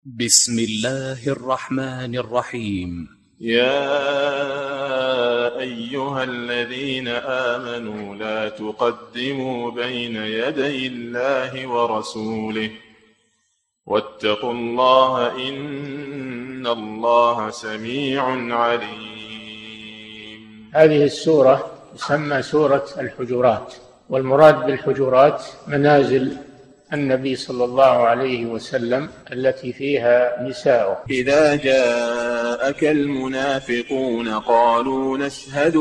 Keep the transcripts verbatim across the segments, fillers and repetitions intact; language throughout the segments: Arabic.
بسم الله الرحمن الرحيم. يا أيها الذين آمنوا لا تقدموا بين يدي الله ورسوله واتقوا الله إن الله سميع عليم. هذه السورة تسمى سورة الحجرات، والمراد بالحجرات منازل النبي صلى الله عليه وسلم التي فيها نساؤه. إذا جاءك المنافقون قالوا نشهد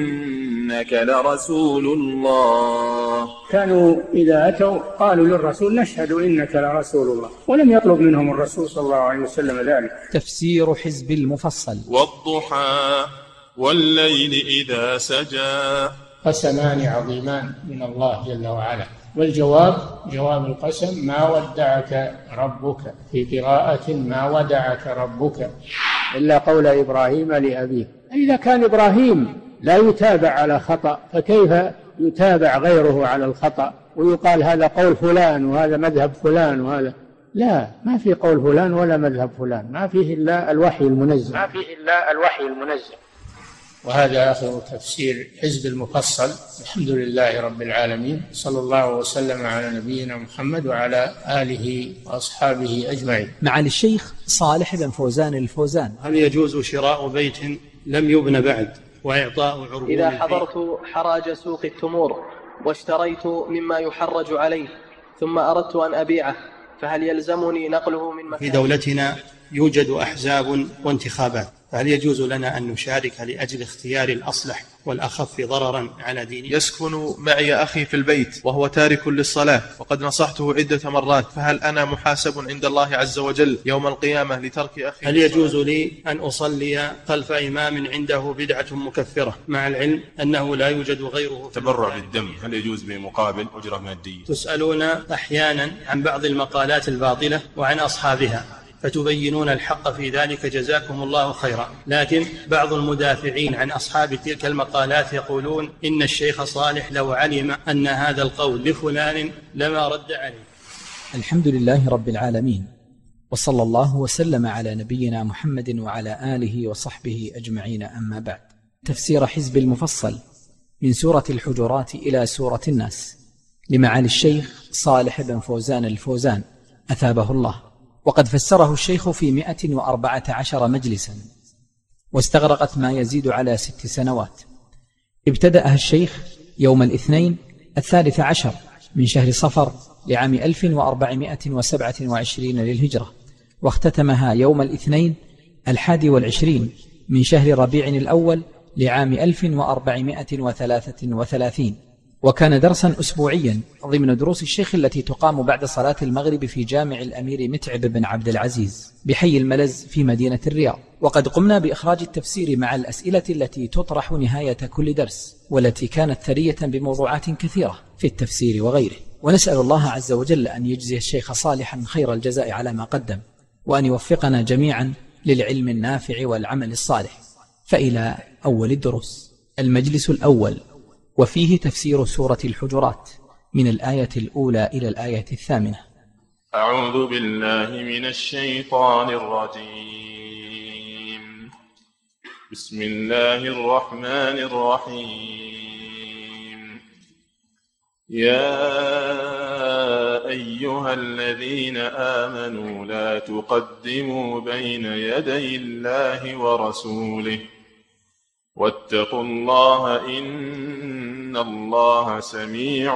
إنك لرسول الله. كانوا إذا أتوا قالوا للرسول نشهد إنك لرسول الله، ولم يطلب منهم الرسول صلى الله عليه وسلم ذلك. تفسير حزب المفصل. والضحى والليل إذا سجى. قسمان عظيمان من الله جل وعلا، والجواب جواب القسم ما ودعك ربك، في قراءة ما ودعك ربك إلا قول إبراهيم لأبيه. إذا كان إبراهيم لا يتابع على خطأ فكيف يتابع غيره على الخطأ ويقال هذا قول فلان وهذا مذهب فلان وهذا؟ لا، ما في قول فلان ولا مذهب فلان، ما فيه إلا الوحي المنزل ما فيه إلا الوحي المنزل. وهذا آخر تفسير حزب المفصل. الحمد لله رب العالمين، صلى الله وسلم على نبينا محمد وعلى آله وأصحابه أجمعين. معالي الشيخ صالح بن فوزان الفوزان. هل يجوز شراء بيت لم يبن بعد وإعطاء عربون؟ إذا حضرت حراج سوق التمور واشتريت مما يحرج عليه ثم أردت أن أبيعه، فهل يلزمني نقله من مكان؟ في دولتنا يوجد أحزاب وانتخابات، فهل يجوز لنا أن نشارك لأجل اختيار الأصلح والأخف ضررا على دينه؟ يسكن معي أخي في البيت وهو تارك للصلاة، وقد نصحته عدة مرات، فهل أنا محاسب عند الله عز وجل يوم القيامة لترك أخي؟ هل يجوز لي أن أصلي خلف إمام عنده بدعة مكفرة مع العلم أنه لا يوجد غيره؟ تبرع بالدم هل يجوز بمقابل أجرة مادية؟ تسألون أحيانا عن بعض المقالات الباطلة وعن أصحابها فتبينون الحق في ذلك، جزاكم الله خيرا، لكن بعض المدافعين عن أصحاب تلك المقالات يقولون إن الشيخ صالح لو علم أن هذا القول لفلان لما رد عليه. الحمد لله رب العالمين، وصلى الله وسلم على نبينا محمد وعلى آله وصحبه أجمعين، أما بعد. تفسير حزب المفصل من سورة الحجرات إلى سورة الناس لمعالي الشيخ صالح بن فوزان الفوزان أثابه الله، وقد فسره الشيخ في مئة وأربعة عشر مجلسا، واستغرقت ما يزيد على ست سنوات. ابتدأها الشيخ يوم الاثنين الثالث عشر من شهر صفر لعام ألف وأربعمائة وسبعة وعشرين للهجرة، واختتمها يوم الاثنين الحادي والعشرين من شهر ربيع الأول لعام ألف وأربعمائة وثلاثة وثلاثين. وكان درسا أسبوعيا ضمن دروس الشيخ التي تقام بعد صلاة المغرب في جامع الأمير متعب بن عبد العزيز بحي الملز في مدينة الرياض. وقد قمنا بإخراج التفسير مع الأسئلة التي تطرح نهاية كل درس، والتي كانت ثرية بموضوعات كثيرة في التفسير وغيره. ونسأل الله عز وجل أن يجزي الشيخ صالحا خير الجزاء على ما قدم، وأن يوفقنا جميعا للعلم النافع والعمل الصالح. فإلى أول الدروس. المجلس الأول، وفيه تفسير سورة الحجرات من الآية الأولى إلى الآية الثامنة. أعوذ بالله من الشيطان الرجيم. بسم الله الرحمن الرحيم. يا أيها الذين آمنوا لا تقدموا بين يدي الله ورسوله واتقوا الله إن الله سميع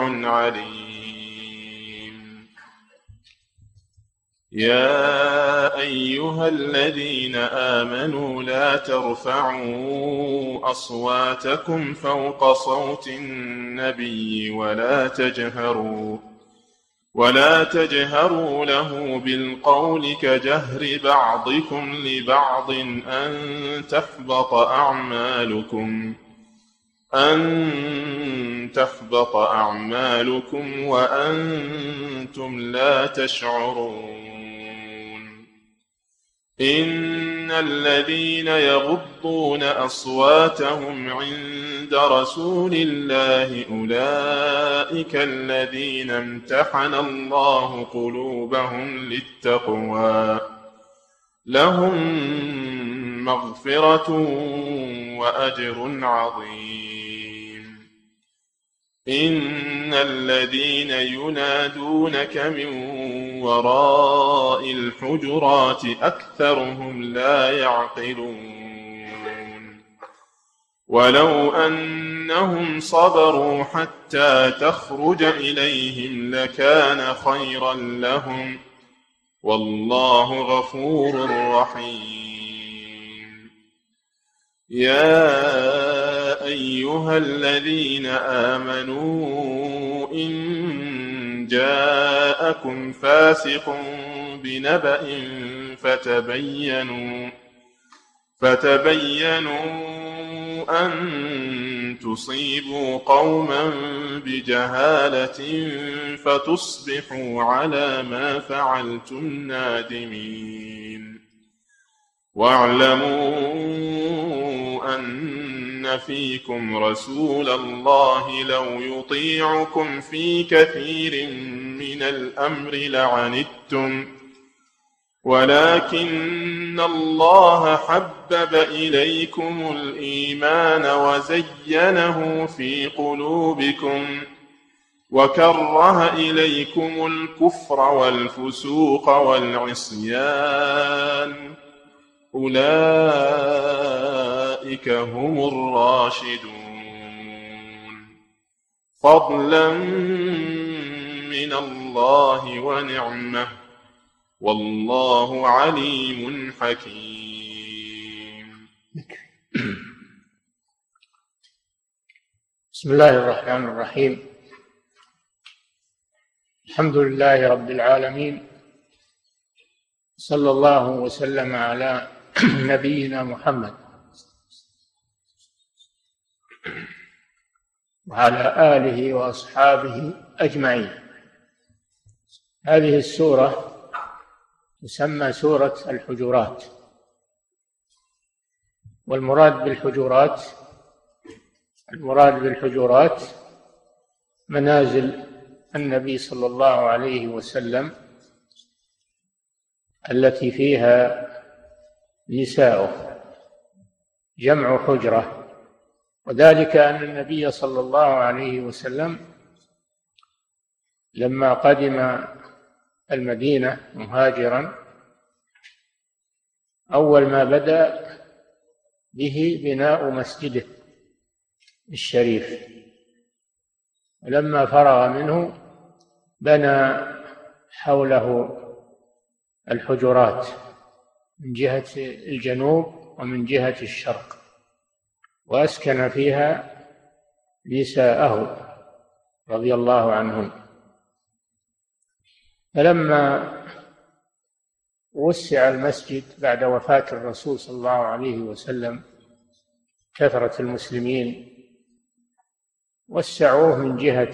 عليم. يا أيها الذين آمنوا لا ترفعوا أصواتكم فوق صوت النبي ولا تجهروا ولا تجهروا له بالقول كجهر بعضكم لبعض أن تحبط أعمالكم أن تحبط أعمالكم وأنتم لا تشعرون. إن الذين يغضون أصواتهم عند رسول الله أولئك الذين امتحن الله قلوبهم للتقوى لهم مغفرة وأجر عظيم. إن الذين ينادونك من وراء الحجرات أكثرهم لا يعقلون. ولو أنهم صبروا حتى تخرج إليهم لكان خيرا لهم، والله غفور رحيم. يا أيها الذين آمنوا إن جاءكم فاسق بنبأ فتبينوا فتبينوا أن تصيبوا قوما بجهالة فتصبحوا على ما فعلتم نادمين. واعلموا أن فيكم رسول الله لو يطيعكم في كثير من الأمر لعنتم، ولكن الله حبب إليكم الإيمان وزينه في قلوبكم وكره إليكم الكفر والفسوق والعصيان، أولئك هم الراشدون، فضلا من الله ونعمة، والله عليم حكيم. بسم الله الرحمن الرحيم. الحمد لله رب العالمين، صلى الله وسلم على نبينا محمد وعلى آله وأصحابه أجمعين. هذه السورة تسمى سورة الحجرات، والمراد بالحجرات المراد بالحجرات منازل النبي صلى الله عليه وسلم التي فيها نساؤه، جمع حجرة. وذلك أن النبي صلى الله عليه وسلم لما قدم المدينة مهاجرا أول ما بدأ به بناء مسجده الشريف، ولما فرغ منه بنى حوله الحجرات من جهة الجنوب ومن جهة الشرق، وأسكن فيها نساءه رضي الله عنهم. فلما وسع المسجد بعد وفاة الرسول صلى الله عليه وسلم، كثرة المسلمين وسعوه من جهة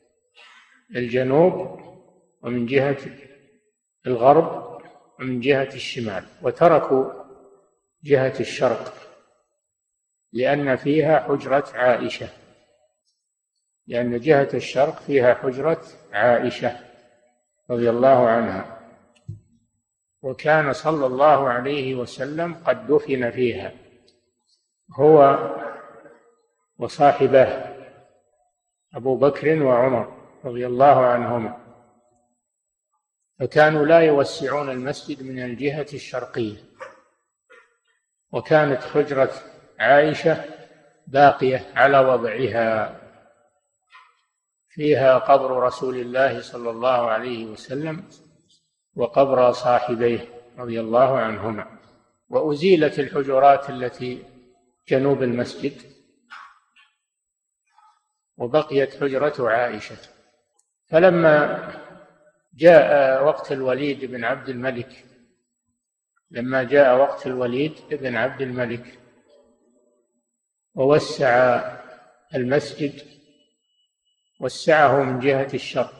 الجنوب ومن جهة الغرب ومن جهة الشمال، وتركوا جهة الشرق لأن فيها حجرة عائشة، لأن جهة الشرق فيها حجرة عائشة رضي الله عنها، وكان صلى الله عليه وسلم قد دفن فيها هو وصاحبه أبو بكر وعمر رضي الله عنهما، فكانوا لا يوسعون المسجد من الجهة الشرقية. وكانت حجرة عائشة باقية على وضعها، فيها قبر رسول الله صلى الله عليه وسلم وقبر صاحبيه رضي الله عنهما. وأزيلت الحجرات التي جنوب المسجد وبقيت حجرة عائشة. فلما جاء وقت الوليد بن عبد الملك لما جاء وقت الوليد بن عبد الملك ووسع المسجد، وسعه من جهة الشرق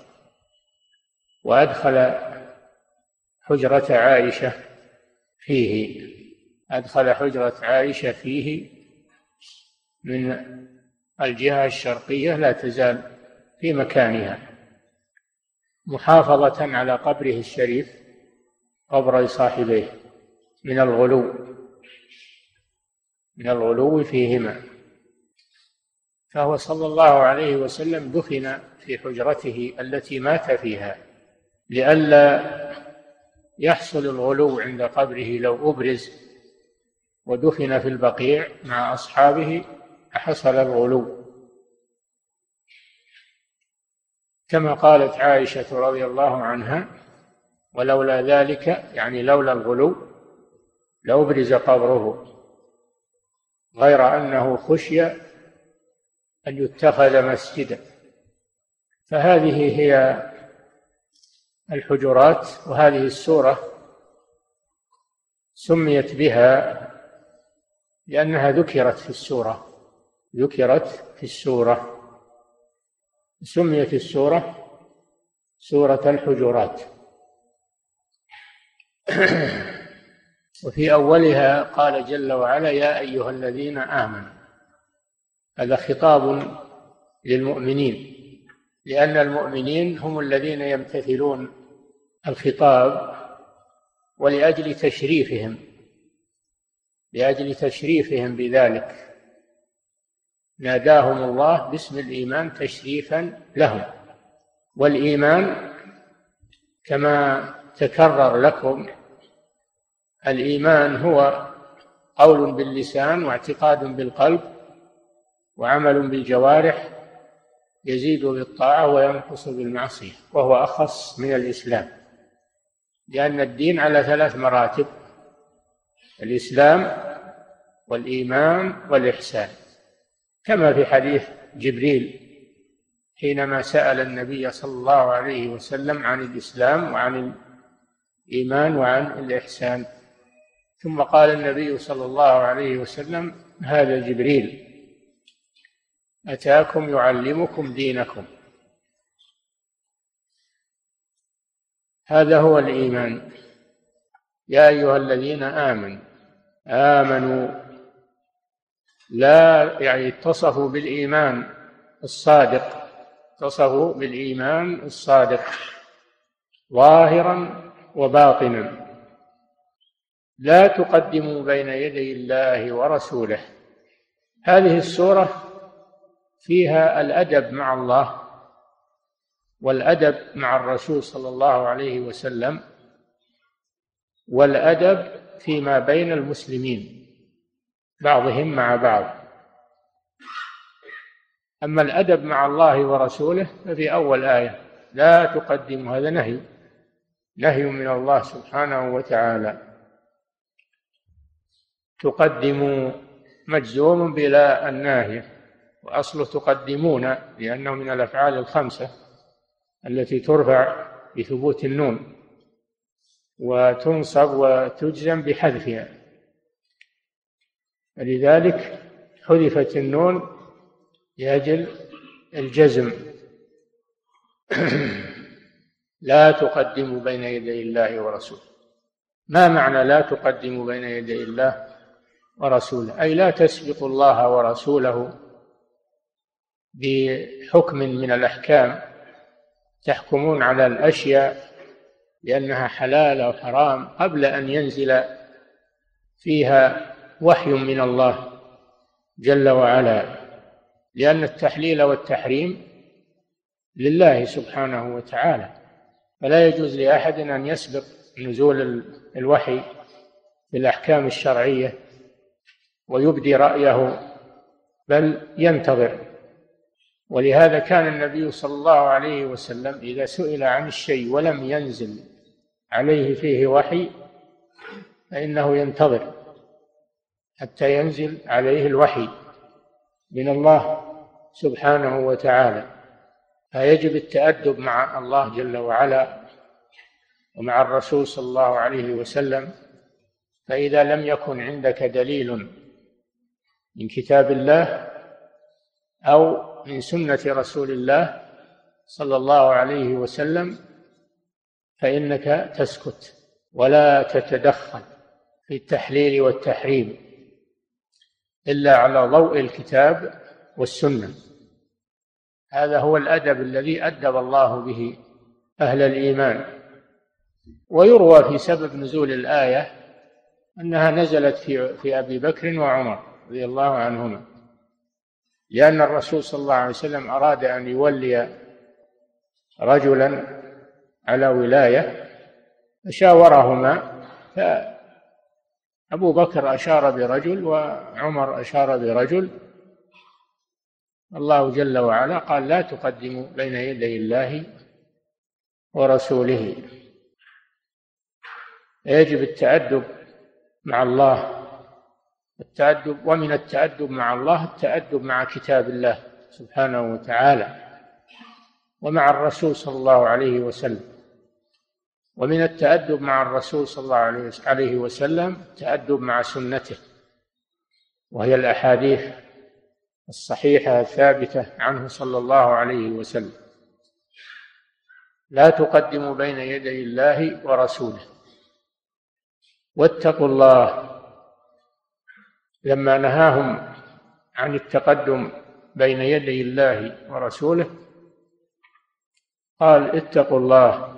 وأدخل حجرة عائشة فيه أدخل حجرة عائشة فيه من الجهة الشرقية، لا تزال في مكانها محافظة على قبره الشريف قبر صاحبيه من الغلو من الغلو فيهما. فهو صلى الله عليه وسلم دفن في حجرته التي مات فيها لئلا يحصل الغلو عند قبره. لو أبرز ودفن في البقيع مع أصحابه حصل الغلو، كما قالت عائشة رضي الله عنها: ولولا ذلك، يعني لولا الغلو، لأبرز قبره، غير أنه خشي أن يتخذ مسجدا. فهذه هي الحجرات، وهذه السورة سميت بها لأنها ذكرت في السورة ذكرت في السورة سميت السورة سورة الحجرات. وفي أولها قال جل وعلا: يا أيها الذين آمنوا. هذا خطاب للمؤمنين، لأن المؤمنين هم الذين يمتثلون الخطاب، ولأجل تشريفهم لأجل تشريفهم بذلك ناداهم الله باسم الإيمان تشريفا لهم. والإيمان كما تكرر لكم، الإيمان هو قول باللسان واعتقاد بالقلب وعمل بالجوارح، يزيد بالطاعة وينقص بالمعصية، وهو أخص من الإسلام، لأن الدين على ثلاث مراتب: الإسلام والإيمان والإحسان، كما في حديث جبريل حينما سأل النبي صلى الله عليه وسلم عن الإسلام وعن الإيمان وعن الإحسان، ثم قال النبي صلى الله عليه وسلم: هذا جبريل أتاكم يعلمكم دينكم. هذا هو الإيمان. يا أيها الذين آمنوا آمنوا لا يعني اتصفوا بالإيمان الصادق اتصفوا بالإيمان الصادق ظاهرا وباطنا. لا تقدموا بين يدي الله ورسوله. هذه السورة فيها الأدب مع الله والأدب مع الرسول صلى الله عليه وسلم والأدب فيما بين المسلمين بعضهم مع بعض. أما الأدب مع الله ورسوله ففي أول آية: لا تقدموا، هذا نهي نهي من الله سبحانه وتعالى. تقدموا مجزوم بلا الناهية، وأصله تقدمون لأنه من الأفعال الخمسة التي ترفع بثبوت النون وتنصب وتجزم بحذفها، لذلك حذفت النون لأجل الجزم. لا تقدموا بين يدي الله ورسوله. ما معنى لا تقدموا بين يدي الله ورسوله؟ أي لا تسبقوا الله ورسوله بحكم من الأحكام، تحكمون على الأشياء لأنها حلال أو حرام قبل أن ينزل فيها وحي من الله جل وعلا، لأن التحليل والتحريم لله سبحانه وتعالى، فلا يجوز لأحد أن يسبق نزول الوحي في الأحكام الشرعية ويبدي رأيه، بل ينتظر. ولهذا كان النبي صلى الله عليه وسلم إذا سئل عن الشيء ولم ينزل عليه فيه وحي فإنه ينتظر حتى ينزل عليه الوحي من الله سبحانه وتعالى. فيجب التأدب مع الله جل وعلا ومع الرسول صلى الله عليه وسلم. فإذا لم يكن عندك دليل من كتاب الله أو من سنة رسول الله صلى الله عليه وسلم فإنك تسكت ولا تتدخل في التحليل والتحريم إلا على ضوء الكتاب والسنة. هذا هو الأدب الذي أدب الله به أهل الإيمان. ويروى في سبب نزول الآية أنها نزلت في في أبي بكر وعمر رضي الله عنهما، لأن الرسول صلى الله عليه وسلم أراد أن يولي رجلا على ولاية فشاورهما، فأبو بكر أشار برجل وعمر أشار برجل. الله جل وعلا قال: لا تقدموا بين يدي الله ورسوله. يجب التأدب مع الله، التأدب، ومن التأدب مع الله التأدب مع كتاب الله سبحانه وتعالى ومع الرسول صلى الله عليه وسلم. ومن التأدب مع الرسول صلى الله عليه وسلم التأدب مع سنته، وهي الأحاديث الصحيحة الثابتة عنه صلى الله عليه وسلم: لا تقدموا بين يدي الله ورسوله واتقوا الله. لما نهاهم عن التقدم بين يدي الله ورسوله قال: اتقوا الله.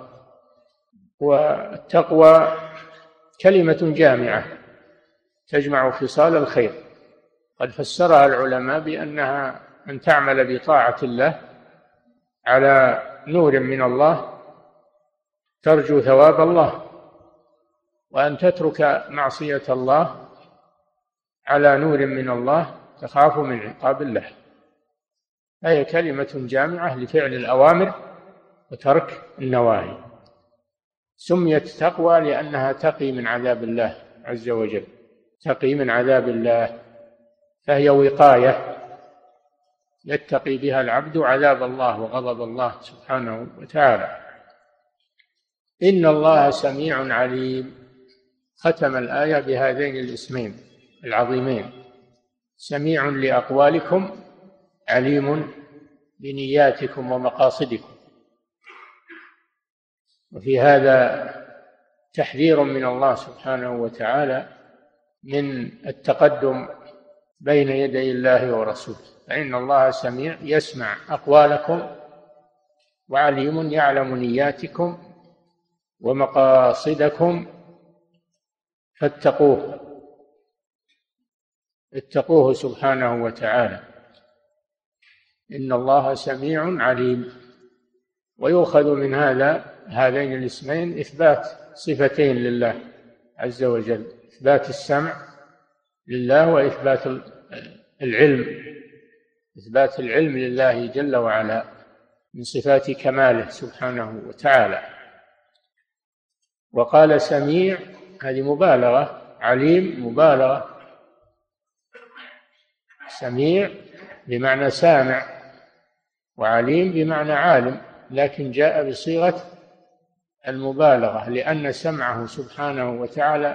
والتقوى كلمة جامعة تجمع خصال الخير، قد فسرها العلماء بأنها أن تعمل بطاعة الله على نور من الله ترجو ثواب الله، وأن تترك معصية الله على نور من الله تخاف من عقاب الله. هي كلمة جامعة لفعل الأوامر وترك النواهي. سميت تقوى لأنها تقي من عذاب الله عز وجل، تقي من عذاب الله، فهي وقاية يتقي بها العبد عذاب الله وغضب الله سبحانه وتعالى. إن الله سميع عليم. ختم الآية بهذين الاسمين العظيمين: سميع لأقوالكم، عليم بنياتكم ومقاصدكم. وفي هذا تحذير من الله سبحانه وتعالى من التقدم بين يدي الله ورسوله، فإن الله سميع يسمع أقوالكم، وعليم يعلم نياتكم ومقاصدكم، فاتقوه اتقوه سبحانه وتعالى. إن الله سميع عليم. ويؤخذ من هذا هذين الاسمين إثبات صفتين لله عز وجل: إثبات السمع لله، وإثبات العلم، إثبات العلم لله جل وعلا من صفات كماله سبحانه وتعالى. وقال سميع، هذه مبالغة، عليم مبالغة. سميع بمعنى سامع، وعليم بمعنى عالم، لكن جاء بصيغة المبالغة، لأن سمعه سبحانه وتعالى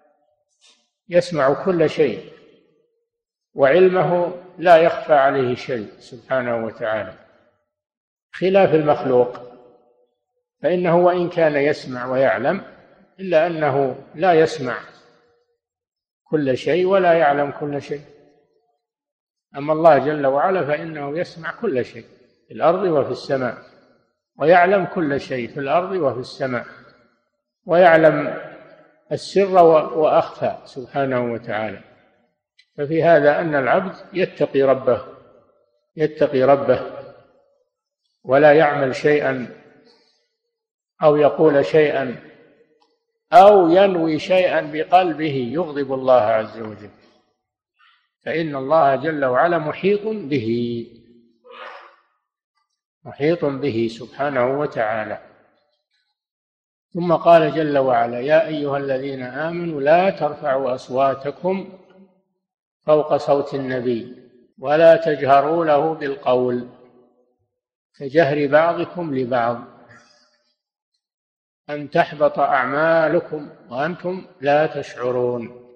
يسمع كل شيء، وعلمه لا يخفى عليه شيء سبحانه وتعالى، خلاف المخلوق، فإنه وإن كان يسمع ويعلم إلا أنه لا يسمع كل شيء ولا يعلم كل شيء. أما الله جل وعلا فإنه يسمع كل شيء في الأرض وفي السماء، ويعلم كل شيء في الأرض وفي السماء، ويعلم السر وأخفى سبحانه وتعالى. ففي هذا أن العبد يتقي ربه يتقي ربه ولا يعمل شيئا أو يقول شيئا أو ينوي شيئا بقلبه يغضب الله عز وجل، فإن الله جل وعلا محيط به محيط به سبحانه وتعالى. ثم قال جل وعلا: يا أيها الذين آمنوا لا ترفعوا أصواتكم فوق صوت النبي ولا تجهروا له بالقول كجهر بعضكم لبعض أن تحبط أعمالكم وأنتم لا تشعرون.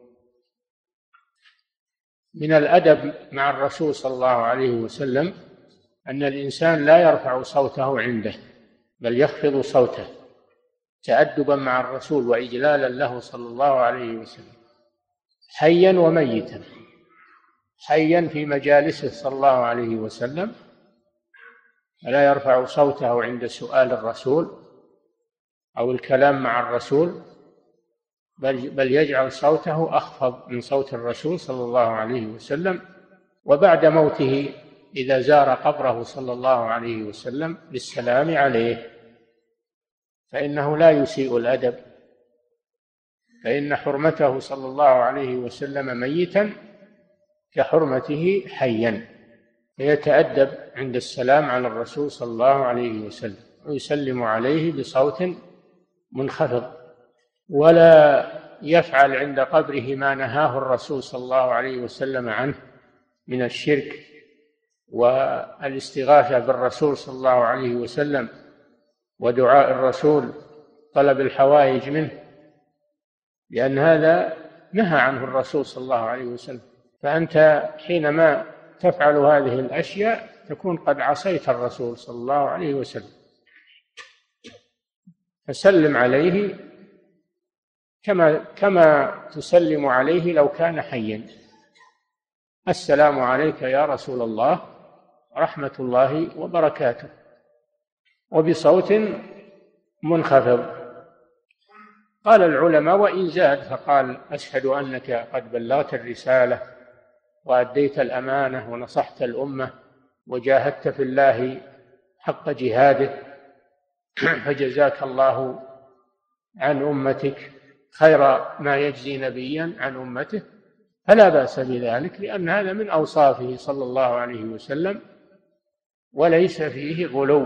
من الأدب مع الرسول صلى الله عليه وسلم أن الإنسان لا يرفع صوته عنده، بل يخفض صوته تأدبا مع الرسول وإجلالا له صلى الله عليه وسلم، حيا وميتا. حيا في مجالسه صلى الله عليه وسلم فلا يرفع صوته عند سؤال الرسول أو الكلام مع الرسول، بل, بل يجعل صوته أخفض من صوت الرسول صلى الله عليه وسلم. وبعد موته إذا زار قبره صلى الله عليه وسلم بالسلام عليه، فإنه لا يسيء الأدب، فإن حرمته صلى الله عليه وسلم ميتا كحرمته حيا، فيتأدب عند السلام على الرسول صلى الله عليه وسلم ويسلم عليه بصوت منخفض، ولا يفعل عند قبره ما نهاه الرسول صلى الله عليه وسلم عنه من الشرك والاستغاثة بالرسول صلى الله عليه وسلم ودعاء الرسول طلب الحوائج منه، لأن هذا نهى عنه الرسول صلى الله عليه وسلم. فأنت حينما تفعل هذه الأشياء تكون قد عصيت الرسول صلى الله عليه وسلم. فسلم عليه كما كما تسلم عليه لو كان حيا. السلام عليك يا رسول الله ورحمة الله وبركاته، وبصوت منخفض. قال العلماء وإن زاد فقال أشهد أنك قد بلغت الرسالة وأديت الأمانة ونصحت الأمة وجاهدت في الله حق جهاده، فجزاك الله عن أمتك خير ما يجزي نبيا عن أمته، فلا بأس بذلك، لأن هذا من أوصافه صلى الله عليه وسلم وليس فيه غلو.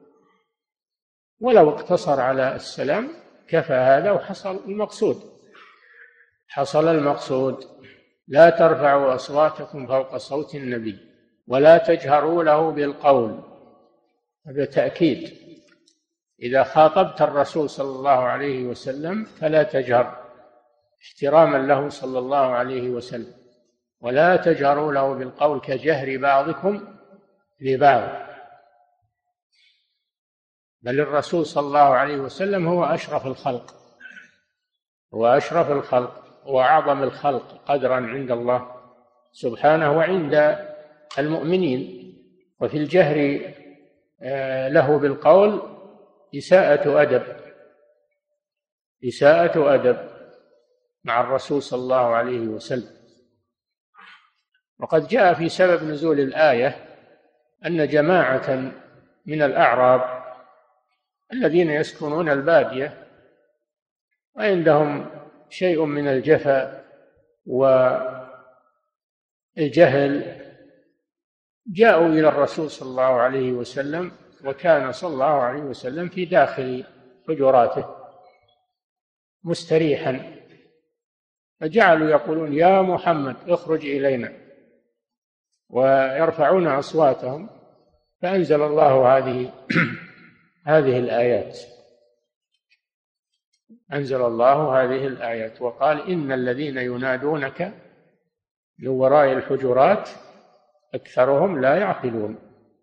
ولو اقتصر على السلام كفى هذا وحصل المقصود حصل المقصود لا ترفعوا أصواتكم فوق صوت النبي ولا تجهروا له بالقول. هذا تأكيد، إذا خاطبت الرسول صلى الله عليه وسلم فلا تجهر احتراما له صلى الله عليه وسلم، ولا تجهروا له بالقول كجهر بعضكم لبعض، بل الرسول صلى الله عليه وسلم هو أشرف الخلق هو أشرف الخلق وأعظم الخلق قدرا عند الله سبحانه وعند المؤمنين. وفي الجهر له بالقول إساءة أدب إساءة أدب مع الرسول صلى الله عليه وسلم. وقد جاء في سبب نزول الآية أن جماعة من الأعراب الذين يسكنون البادية وعندهم شيء من الجفا والجهل جاءوا إلى الرسول صلى الله عليه وسلم، وكان صلى الله عليه وسلم في داخل حجراته مستريحا، فجعلوا يقولون يا محمد اخرج إلينا ويرفعون أصواتهم، فأنزل الله هذه هذه الآيات أنزل الله هذه الآيات وقال إن الذين ينادونك من وراء الحجرات أكثرهم لا يعقلون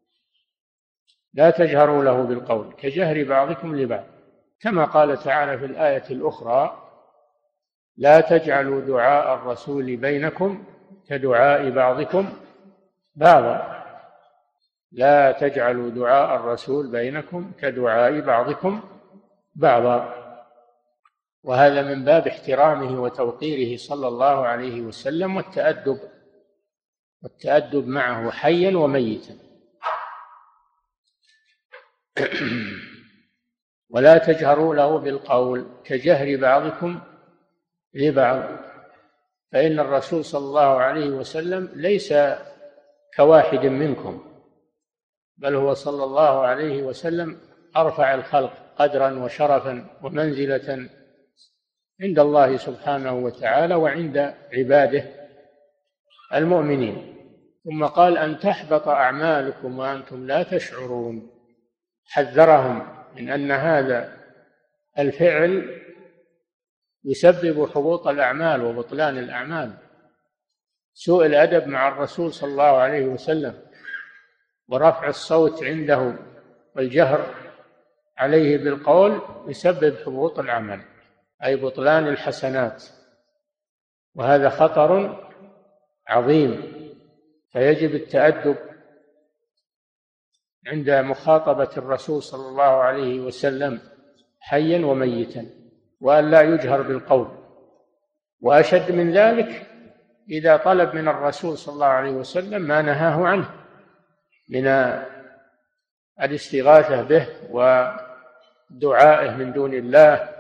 لا تجهروا له بالقول كجهر بعضكم لبعض، كما قال تعالى في الآية الأخرى لا تجعلوا دعاء الرسول بينكم كدعاء بعضكم بعضا لا تجعلوا دعاء الرسول بينكم كدعاء بعضكم بعضا. وهذا من باب احترامه وتوقيره صلى الله عليه وسلم والتأدب والتأدب معه حيا وميتا. ولا تجهروا له بالقول كجهر بعضكم لبعض، فإن الرسول صلى الله عليه وسلم ليس كواحد منكم، بل هو صلى الله عليه وسلم أرفع الخلق قدرا وشرفا ومنزلة عند الله سبحانه وتعالى وعند عباده المؤمنين. ثم قال أن تحبط أعمالكم وأنتم لا تشعرون، حذرهم من أن هذا الفعل يسبب حبوط الأعمال وبطلان الأعمال. سوء الأدب مع الرسول صلى الله عليه وسلم ورفع الصوت عنده والجهر عليه بالقول يسبب حبوط العمل أي بطلان الحسنات، وهذا خطر عظيم، فيجب التأدب عند مخاطبة الرسول صلى الله عليه وسلم حيا وميتا، وأن لا يجهر بالقول وأشد من ذلك إذا طلب من الرسول صلى الله عليه وسلم ما نهاه عنه من الاستغاثة به ودعائه من دون الله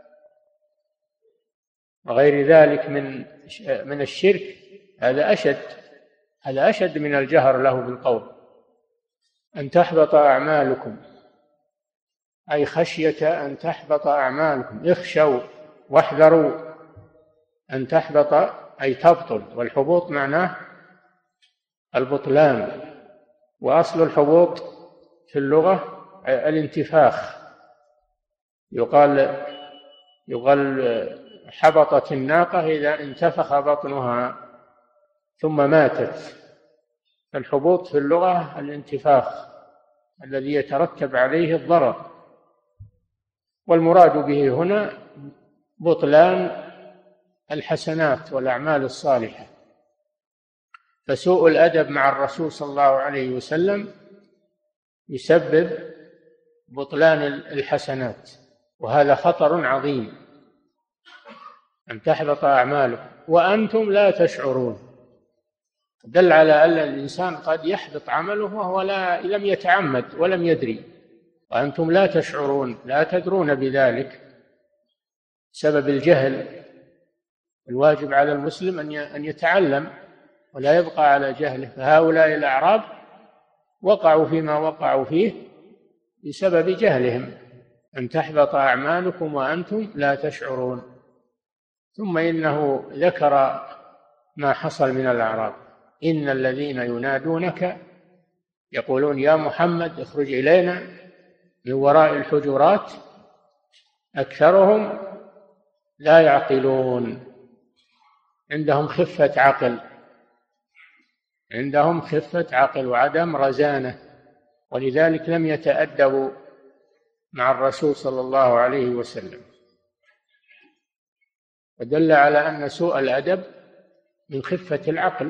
وغير ذلك من من الشرك، هذا أشد هذا أشد من الجهر له بالقول. أن تحبط أعمالكم أي خشية أن تحبط أعمالكم، اخشوا واحذروا أن تحبط أي تبطل، والحبوط معناه البطلان، وأصل الحبوط في اللغة الانتفاخ، يقال يقال حبطت الناقة إذا انتفخ بطنها ثم ماتت. الحبوط في اللغة الانتفاخ الذي يترتب عليه الضرر، والمراد به هنا بطلان الحسنات والأعمال الصالحة. فسوء الأدب مع الرسول صلى الله عليه وسلم يسبب بطلان الحسنات، وهذا خطر عظيم، أن تحبط أعمالكم وأنتم لا تشعرون. دل على أن الإنسان قد يحبط عمله وهو لا لم يتعمد ولم يدري، وأنتم لا تشعرون، لا تدرون بذلك سبب الجهل. الواجب على المسلم أن يتعلم ولا يبقى على جهله، فهؤلاء الأعراب وقعوا فيما وقعوا فيه بسبب جهلهم. أن تحبط أعمالكم وأنتم لا تشعرون. ثم إنه ذكر ما حصل من الأعراب: إن الذين ينادونك يقولون يا محمد اخرج إلينا من وراء الحجرات أكثرهم لا يعقلون، عندهم خفة عقل عندهم خفة عقل وعدم رزانة، ولذلك لم يتأدبوا مع الرسول صلى الله عليه وسلم. ودل على أن سوء الأدب من خفة العقل.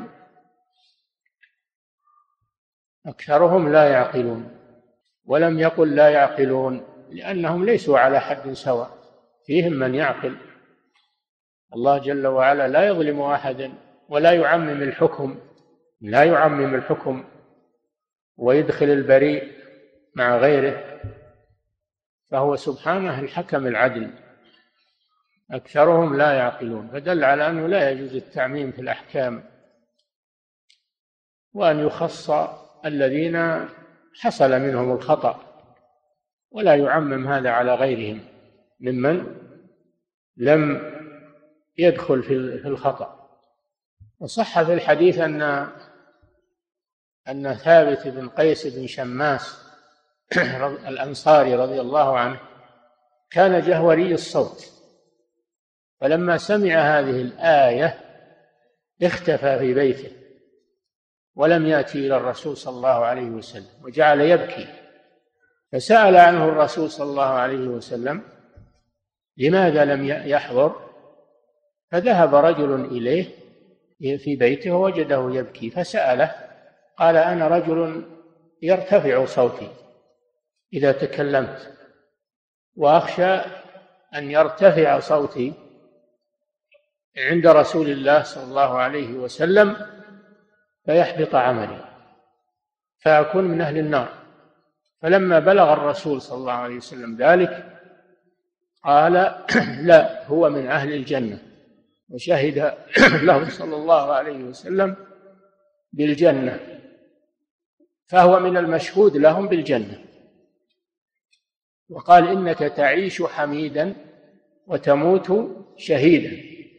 أكثرهم لا يعقلون، ولم يقل لا يعقلون لأنهم ليسوا على حد سواء، فيهم من يعقل. الله جل وعلا لا يظلم أحدا ولا يعمم الحكم لا يعمم الحكم ويدخل البريء مع غيره، فهو سبحانه الحكم العدل. أكثرهم لا يعقلون، فدل على أنه لا يجوز التعميم في الأحكام، وأن يخص الذين حصل منهم الخطأ، ولا يعمم هذا على غيرهم ممن لم يدخل في الخطأ. وصح في الحديث أن أن ثابت بن قيس بن شماس الأنصاري رضي الله عنه كان جهوري الصوت، فلما سمع هذه الآية اختفى في بيته ولم يأتي إلى الرسول صلى الله عليه وسلم، وجعل يبكي، فسأل عنه الرسول صلى الله عليه وسلم لماذا لم يحضر، فذهب رجل إليه في بيته ووجده يبكي فسأله، قال أنا رجل يرتفع صوتي إذا تكلمت، وأخشى أن يرتفع صوتي عند رسول الله صلى الله عليه وسلم فيحبط عملي فأكون من أهل النار. فلما بلغ الرسول صلى الله عليه وسلم ذلك قال لا، هو من أهل الجنة، وشهد له صلى الله عليه وسلم بالجنة، فهو من المشهود لهم بالجنة. وقال إنك تعيش حميدا وتموت شهيدا.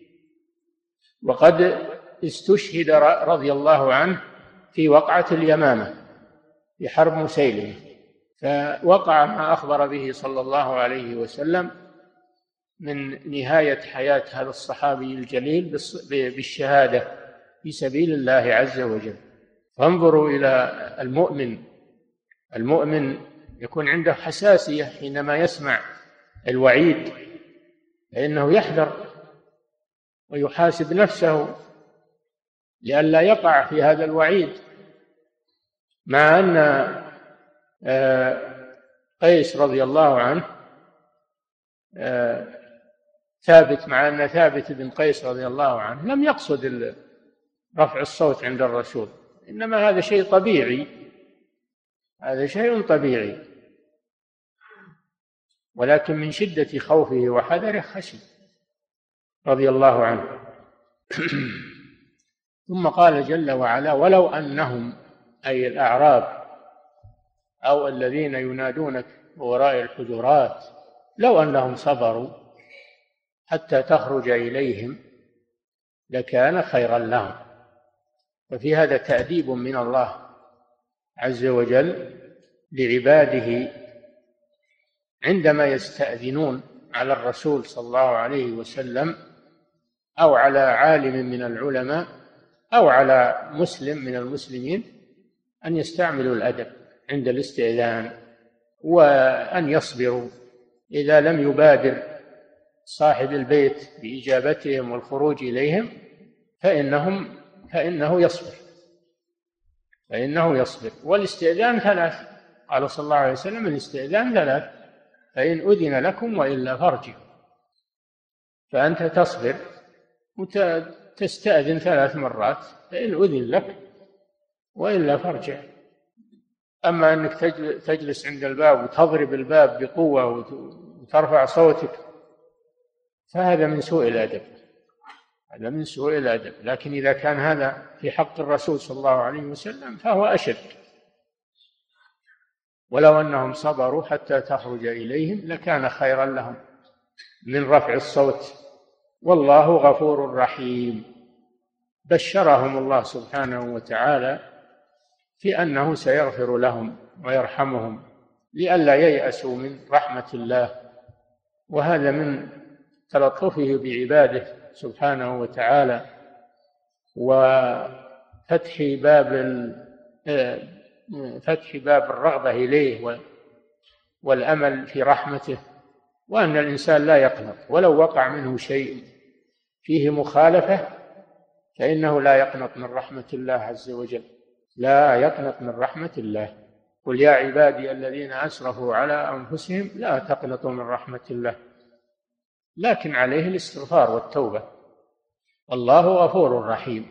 وقد استشهد رضي الله عنه في وقعة اليمامة في حرب مسيلمة، فوقع ما أخبر به صلى الله عليه وسلم من نهاية حياة هذا الصحابي الجليل بالشهادة في سبيل الله عز وجل. فانظروا إلى المؤمن المؤمن يكون عنده حساسية حينما يسمع الوعيد، فإنه يحذر ويحاسب نفسه لئلا يقع في هذا الوعيد. مع أن قيس رضي الله عنه ثابت، مع أن ثابت بن قيس رضي الله عنه لم يقصد رفع الصوت عند الرسول، إنما هذا شيء طبيعي، هذا شيء طبيعي، ولكن من شدة خوفه وحذره خشي رضي الله عنه. ثم قال جل وعلا: ولو أنهم، أي الأعراب أو الذين ينادونك وراء الحجرات، لو أنهم صبروا حتى تخرج إليهم لكان خيرا لهم. ففي هذا تأديب من الله عز وجل لعباده عندما يستأذنون على الرسول صلى الله عليه وسلم أو على عالم من العلماء أو على مسلم من المسلمين، أن يستعملوا الأدب عند الاستئذان، وأن يصبروا إذا لم يبادر صاحب البيت بإجابتهم والخروج إليهم فإنهم فإنه يصبر فإنه يصبر والاستئذان ثلاث، قال صلى الله عليه وسلم: الاستئذان ثلاث، فإن أذن لكم وإلا فارجعوا. فأنت تصبر وتستأذن ثلاث مرات، فإن أذن لك وإلا فارجع. أما أنك تجلس عند الباب وتضرب الباب بقوة وترفع صوتك فهذا من سوء الأدب، هذا من سوء الأدب. لكن إذا كان هذا في حق الرسول صلى الله عليه وسلم فهو أشد. ولو أنهم صبروا حتى تخرج إليهم لكان خيرا لهم من رفع الصوت، والله غفور رحيم. بشرهم الله سبحانه وتعالى في أنه سيغفر لهم ويرحمهم لئلا ييأسوا من رحمة الله، وهذا من تلطفه بعباده سبحانه وتعالى وفتح باب فتح باب الرغبة إليه والأمل في رحمته، وأن الإنسان لا يقنط ولو وقع منه شيء فيه مخالفة فإنه لا يقنط من رحمة الله عز وجل، لا يقنط من رحمة الله. قل يا عبادي الذين أسرفوا على أنفسهم لا تقنطوا من رحمة الله، لكن عليه الاستغفار والتوبة، والله غفور رحيم.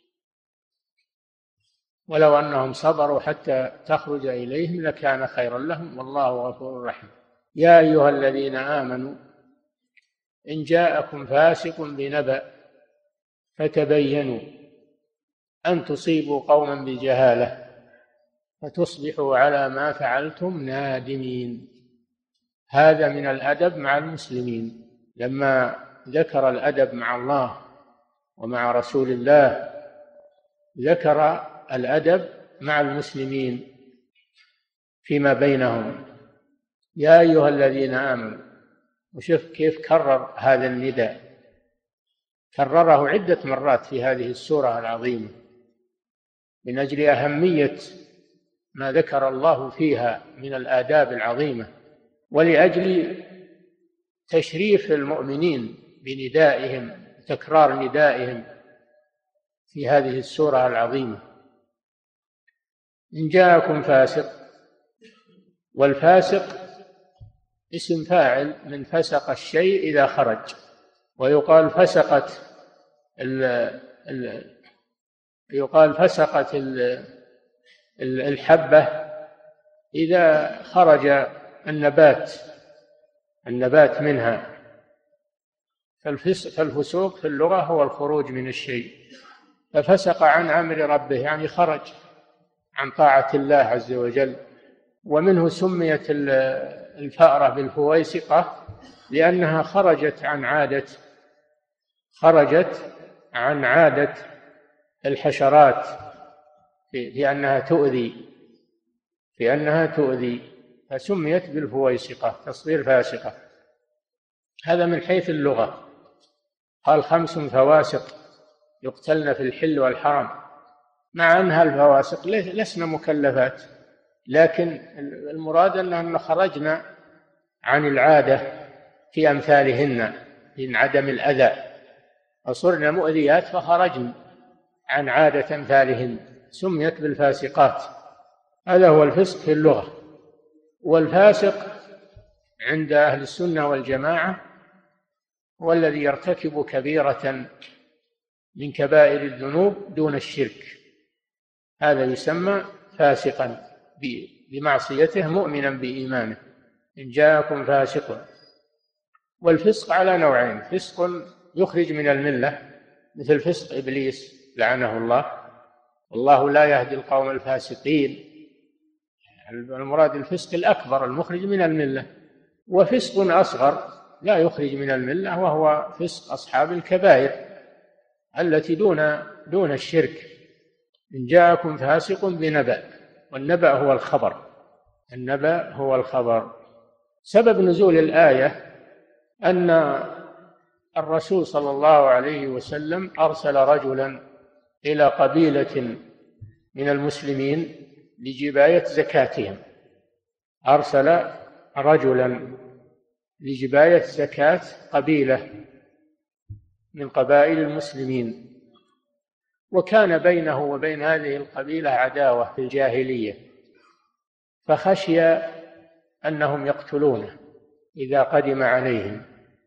ولو أنهم صبروا حتى تخرج إليهم لكان خيرا لهم، والله غفور رحيم. يا أيها الذين آمنوا إن جاءكم فاسق بنبأ فتبينوا أن تصيبوا قوما بجهالة فتصبحوا على ما فعلتم نادمين. هذا من الأدب مع المسلمين، لما ذكر الأدب مع الله ومع رسول الله ذكر الأدب مع المسلمين فيما بينهم. يا أيها الذين آمنوا، وشوف كيف كرر هذا النداء، كرره عدة مرات في هذه السورة العظيمة من أجل أهمية ما ذكر الله فيها من الآداب العظيمة، ولأجل تشريف المؤمنين بندائهم، تكرار ندائهم في هذه السورة العظيمة. إن جاءكم فاسق، والفاسق اسم فاعل من فسق الشيء إذا خرج، ويقال فسقت ال ال يقال فسقت ال الحبة إذا خرج النبات النبات منها. فالفسوق في اللغة هو الخروج من الشيء، ففسق عن أمر ربه يعني خرج عن طاعة الله عز وجل. ومنه سميت الفأرة بالفويسقة لأنها خرجت عن عادة خرجت عن عادة الحشرات في, في أنها تؤذي في أنها تؤذي فسميت بالفويسقة تصير فاسقة. هذا من حيث اللغة. قال خمس فواسق يقتلن في الحل والحرم، مع أنها الفواسق لسنا مكلفات، لكن المراد أننا خرجنا عن العادة في أمثالهن من عدم الأذى، وصرنا مؤذيات فخرجنا عن عادة أمثالهن، سميت بالفاسقات. هذا هو الفسق في اللغة. والفاسق عند أهل السنة والجماعة هو الذي يرتكب كبيرة من كبائر الذنوب دون الشرك، هذا يسمى فاسقا بمعصيته مؤمنا بإيمانه. إن جاءكم فاسق. والفسق على نوعين: فسق يخرج من الملة مثل فسق إبليس لعنه الله، والله لا يهدي القوم الفاسقين، المراد الفسق الأكبر المخرج من الملة. وفسق أصغر لا يخرج من الملة، وهو فسق أصحاب الكبائر التي دون دون الشرك. إن جاءكم فاسق بنبأ، والنبأ هو الخبر، النبأ هو الخبر. سبب نزول الآية أن الرسول صلى الله عليه وسلم أرسل رجلا إلى قبيلة من المسلمين لجباية زكاتهم، أرسل رجلا لجباية زكاة قبيلة من قبائل المسلمين، وكان بينه وبين هذه القبيلة عداوة في الجاهلية، فخشي أنهم يقتلونه إذا قدم عليهم،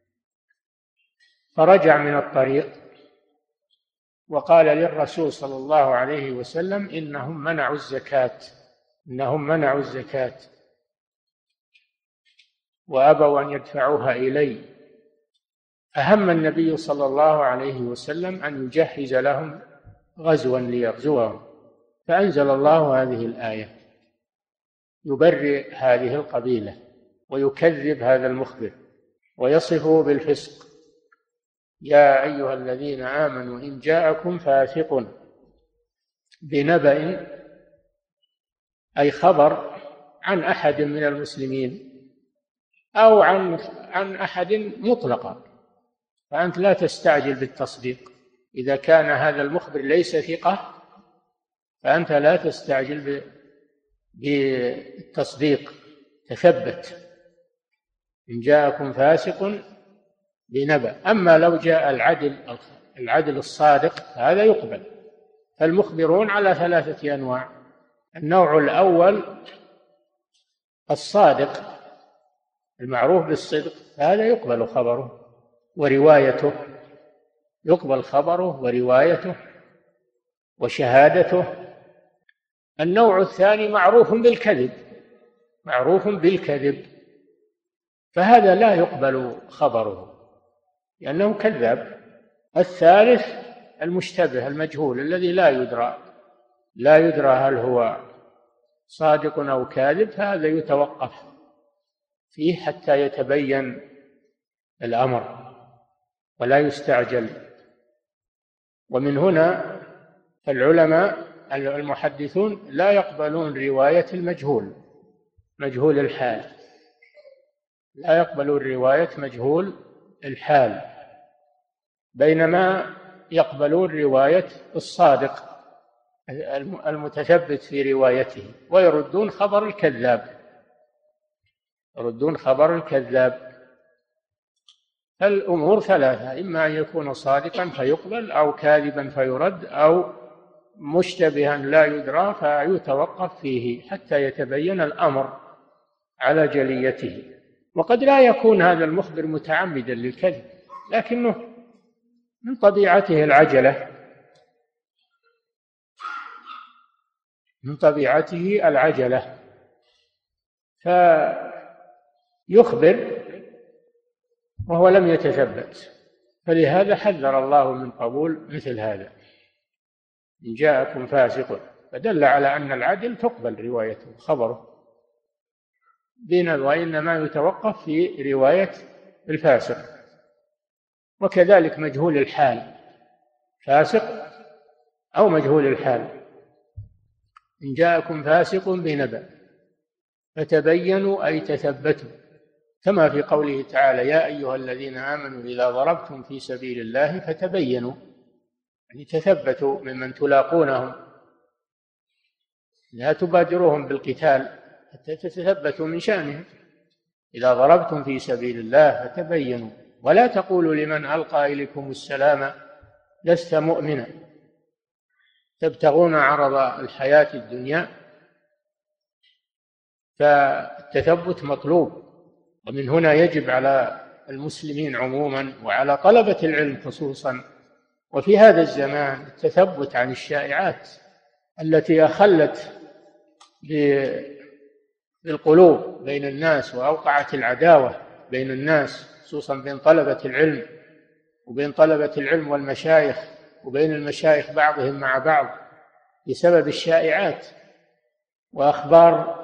فرجع من الطريق وقال للرسول صلى الله عليه وسلم: إنهم منعوا الزكاة إنهم منعوا الزكاة وأبوا أن يدفعوها إلي. أهم النبي صلى الله عليه وسلم أن يجهز لهم غزوا ليغزوهم، فأنزل الله هذه الآية يبرئ هذه القبيلة ويكذب هذا المخبر ويصفه بالفسق: يا أيها الذين آمنوا إن جاءكم فاسق بنبأ، أي خبر عن أحد من المسلمين أو عن عن أحد مطلقا، فأنت لا تستعجل بالتصديق. إذا كان هذا المخبر ليس ثقة فأنت لا تستعجل بالتصديق، تثبت. إن جاءكم فاسق بنبأ. أما لو جاء العدل العدل الصادق هذا يقبل. فالمخبرون على ثلاثة أنواع: النوع الأول الصادق المعروف بالصدق، هذا يقبل خبره وروايته، يقبل خبره وروايته وشهادته. النوع الثاني معروف بالكذب معروف بالكذب فهذا لا يقبل خبره لأنه كذاب. الثالث المشتبه المجهول الذي لا يدرى لا يدرى هل هو صادق أو كاذب، فهذا يتوقف فيه حتى يتبين الأمر ولا يستعجل. ومن هنا العلماء المحدثون لا يقبلون رواية المجهول مجهول الحال لا يقبلون رواية مجهول الحال، بينما يقبلون رواية الصادق المتثبت في روايته، ويردون خبر الكذاب يردون خبر الكذاب. الأمور ثلاثة: إما أن يكون صادقا فيقبل، أو كاذبا فيرد، أو مشتبها لا يدرى فيتوقف فيه حتى يتبين الأمر على جليته. وقد لا يكون هذا المخبر متعمدا للكذب، لكنه من طبيعته العجلة من طبيعته العجلة فيخبر وهو لم يتثبت، فلهذا حذر الله من قبول مثل هذا: إن جاءكم فاسق، فدل على أن العدل تقبل روايته خبره، وإنما يتوقف في رواية الفاسق. وكذلك مجهول الحال، فاسق أو مجهول الحال: إن جاءكم فاسق بنبأ فتبينوا أي تثبتوا، كما في قوله تعالى: يا أيها الذين آمنوا إذا ضربتم في سبيل الله فتبينوا، يعني تثبتوا ممن تلاقونهم، لا تبادروهم بالقتال حتى تتثبتوا من شأنهم. إذا ضربتم في سبيل الله فتبينوا، ولا تقولوا لمن ألقى إليكم السلام لست مؤمنا تبتغون عرض الحياة الدنيا. فالتثبت مطلوب، ومن هنا يجب على المسلمين عموما وعلى طلبة العلم خصوصا، وفي هذا الزمان التثبت عن الشائعات التي أخلت بالقلوب بين الناس وأوقعت العداوة بين الناس، خصوصا بين طلبة العلم وبين طلبة العلم والمشايخ وبين المشايخ بعضهم مع بعض بسبب الشائعات وأخبار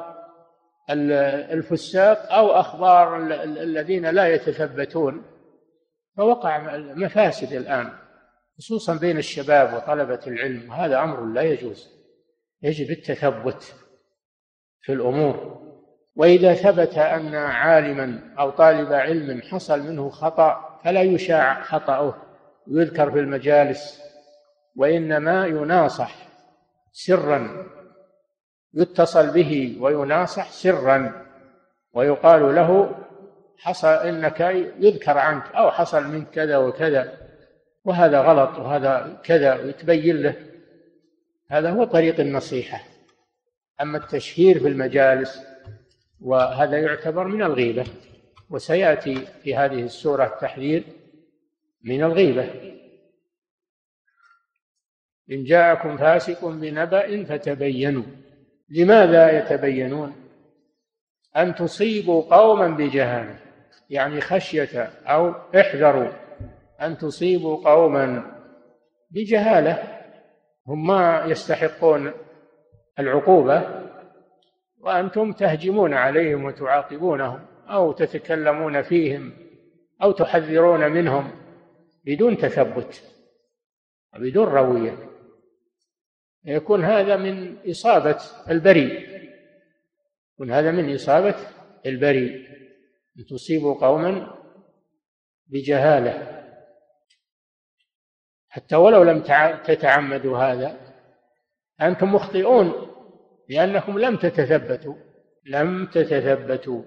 الفساق أو أخبار الذين لا يتثبتون، فوقع مفاسد الآن خصوصا بين الشباب وطلبة العلم، وهذا أمر لا يجوز. يجب التثبت في الأمور، وإذا ثبت أن عالما أو طالب علم حصل منه خطأ فلا يشاع خطأه ويذكر في المجالس، وإنما يناصح سرا، يتصل به ويناصح سرا ويقال له حصل إنك يذكر عنك أو حصل منك كذا وكذا وهذا غلط وهذا كذا، ويتبين له. هذا هو طريق النصيحة. أما التشهير في المجالس وهذا يعتبر من الغيبة، وسيأتي في هذه السورة التحذير من الغيبة. إن جاءكم فاسق بنبأ فتبينوا. لماذا يتبينون؟ أن تصيبوا قوما بجهالة، يعني خشية أو احذروا أن تصيبوا قوما بجهالة هم ما يستحقون العقوبة وأنتم تهجمون عليهم وتعاقبونهم أو تتكلمون فيهم أو تحذرون منهم بدون تثبت وبدون روية، يكون هذا من إصابة البريء، يكون هذا من إصابة البريء، أن تصيبوا قوما بجهالة حتى ولو لم تتعمدوا هذا أنتم مخطئون لأنكم لم تتثبتوا لم تتثبتوا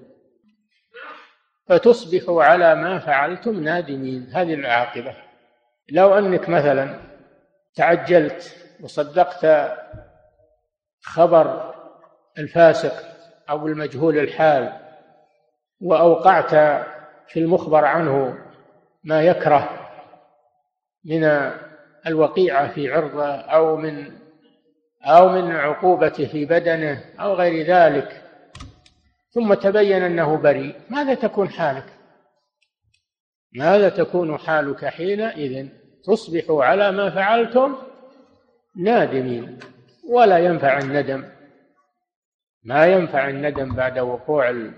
فتصبحوا على ما فعلتم نادمين. هذه العاقبة. لو أنك مثلا تعجلت وصدقت خبر الفاسق أو المجهول الحال وأوقعت في المخبر عنه ما يكره من الوقيعة في عرضه أو من أو من عقوبته في بدنه أو غير ذلك، ثم تبين أنه بريء، ماذا تكون حالك؟ ماذا تكون حالك حينئذ؟ تصبح على ما فعلتم نادمين، ولا ينفع الندم، ما ينفع الندم بعد وقوع ال...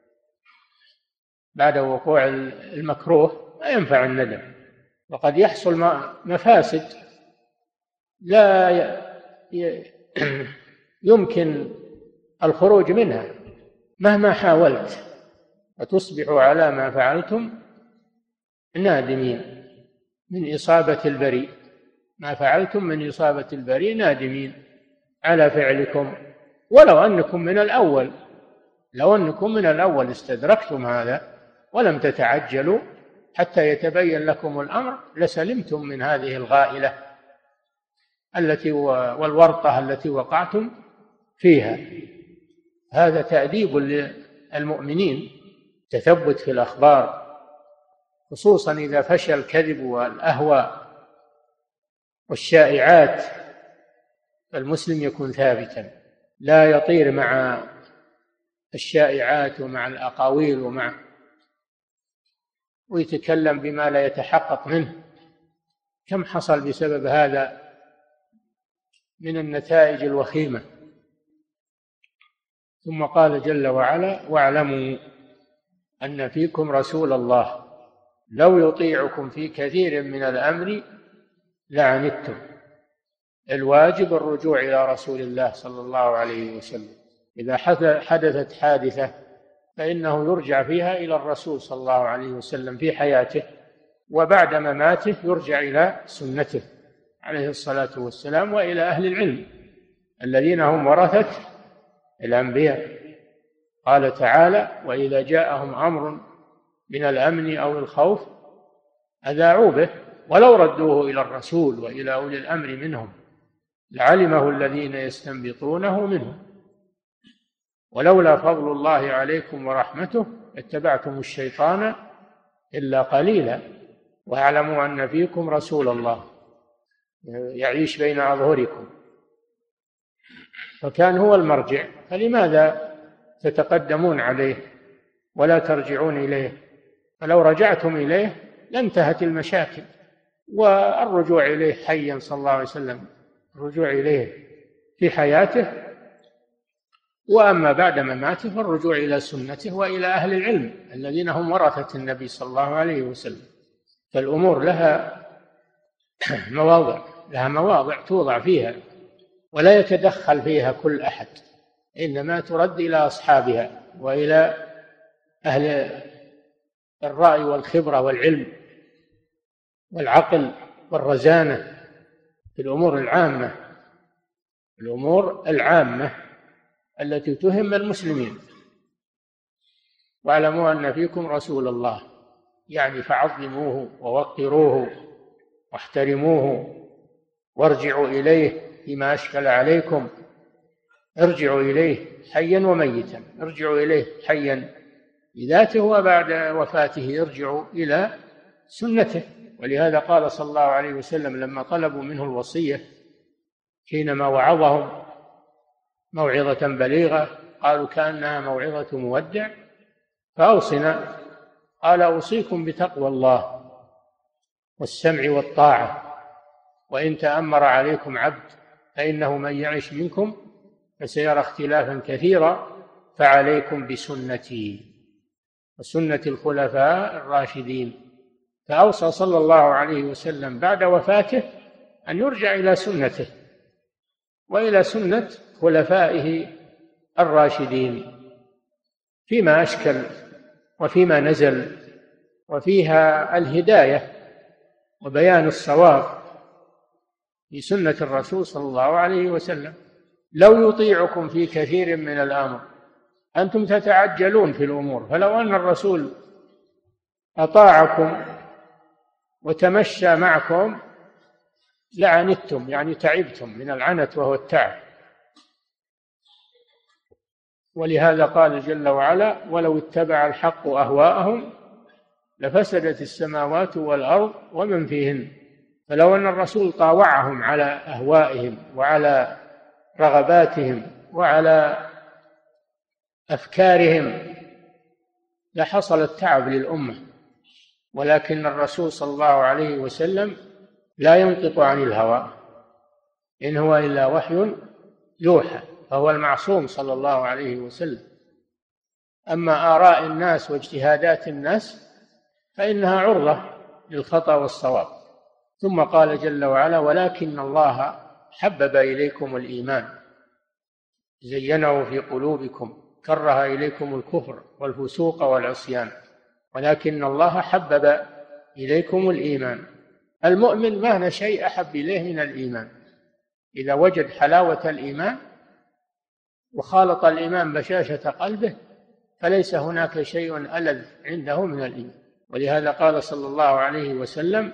بعد وقوع المكروه، ما ينفع الندم، وقد يحصل مفاسد لا يمكن الخروج منها مهما حاولت، وتصبح على ما فعلتم نادمين من إصابة البريء، ما فعلتم من إصابة البريء نادمين على فعلكم. ولو أنكم من الأول لو أنكم من الأول استدركتم هذا ولم تتعجلوا حتى يتبين لكم الأمر لسلمتم من هذه الغائلة التي والورطة التي وقعتم فيها. هذا تأديب للمؤمنين، تثبت في الأخبار، خصوصا إذا فشى الكذب والأهواء والشائعات، فالمسلم يكون ثابتا لا يطير مع الشائعات ومع الأقاويل ومع ويتكلم بما لا يتحقق منه. كم حصل بسبب هذا من النتائج الوخيمة. ثم قال جل وعلا: واعلموا أن فيكم رسول الله لو يطيعكم في كثير من الأمر لعنتم. الواجب الرجوع إلى رسول الله صلى الله عليه وسلم. إذا حدثت حادثة فإنه يرجع فيها إلى الرسول صلى الله عليه وسلم في حياته، وبعد مماته يرجع إلى سنته عليه الصلاة والسلام وإلى أهل العلم الذين هم ورثة الأنبياء. قال تعالى: وإذا جاءهم أمر من الأمن أو الخوف أذاعوا به ولو ردوه إلى الرسول وإلى أولي الأمر منهم لعلمه الذين يستنبطونه منهم ولولا فضل الله عليكم ورحمته اتبعتم الشيطان إلا قليلا واعلموا أن فيكم رسول الله يعيش بين أظهركم. فكان هو المرجع، فلماذا تتقدمون عليه ولا ترجعون إليه؟ فلو رجعتم إليه لانتهت المشاكل. والرجوع إليه حيا صلى الله عليه وسلم، الرجوع إليه في حياته، وأما بعد مماته فالرجوع إلى سنته وإلى أهل العلم الذين هم ورثة النبي صلى الله عليه وسلم. فالأمور لها مواضع لها مواضع توضع فيها، ولا يتدخل فيها كل أحد، إنما ترد إلى أصحابها وإلى أهل الرأي والخبرة والعلم والعقل والرزانة في الأمور العامة، الأمور العامة التي تهم المسلمين. واعلموا أن فيكم رسول الله، يعني فعظموه ووقروه واحترموه وارجعوا إليه فيما أشكل عليكم. ارجعوا إليه حيا وميتا، ارجعوا إليه حيا بذاته، وبعد وفاته ارجعوا إلى سنته. ولهذا قال صلى الله عليه وسلم لما طلبوا منه الوصية حينما وعظهم موعظة بليغة، قالوا كأنها موعظة مودع، فأوصنا، قال أوصيكم بتقوى الله والسمع والطاعة، وإن تأمر عليكم عبد فإنه من يعش منكم فسيرى اختلافا كثيرا، فعليكم بسنتي وسنة الخلفاء الراشدين. فأوصى صلى الله عليه وسلم بعد وفاته أن يرجع إلى سنته وإلى سنة خلفائه الراشدين فيما أشكل وفيما نزل، وفيها الهداية وبيان الصواب في سنة الرسول صلى الله عليه وسلم. لو يطيعكم في كثير من الأمر، أنتم تتعجلون في الأمور، فلو أن الرسول أطاعكم وتمشى معكم لعنتم، يعني تعبتم من العنت وهو التعب. ولهذا قال جل وعلا ولو اتبع الحق أهواءهم لفسدت السماوات والأرض ومن فيهن. فلو أن الرسول طاوعهم على أهوائهم وعلى رغباتهم وعلى أفكارهم لحصل التعب للأمة، ولكن الرسول صلى الله عليه وسلم لا ينطق عن الهوى، إن هو إلا وحي يوحى، فهو المعصوم صلى الله عليه وسلم. أما آراء الناس واجتهادات الناس فإنها عرضة للخطأ والصواب. ثم قال جل وعلا ولكن الله حبب إليكم الإيمان زينه في قلوبكم كره إليكم الكفر والفسوق والعصيان ولكن الله حبب إليكم الإيمان. المؤمن ما شيء أحب إليه من الإيمان، إذا وجد حلاوة الإيمان وخالط الإيمان بشاشة قلبه فليس هناك شيء ألذ عنده من الإيمان. ولهذا قال صلى الله عليه وسلم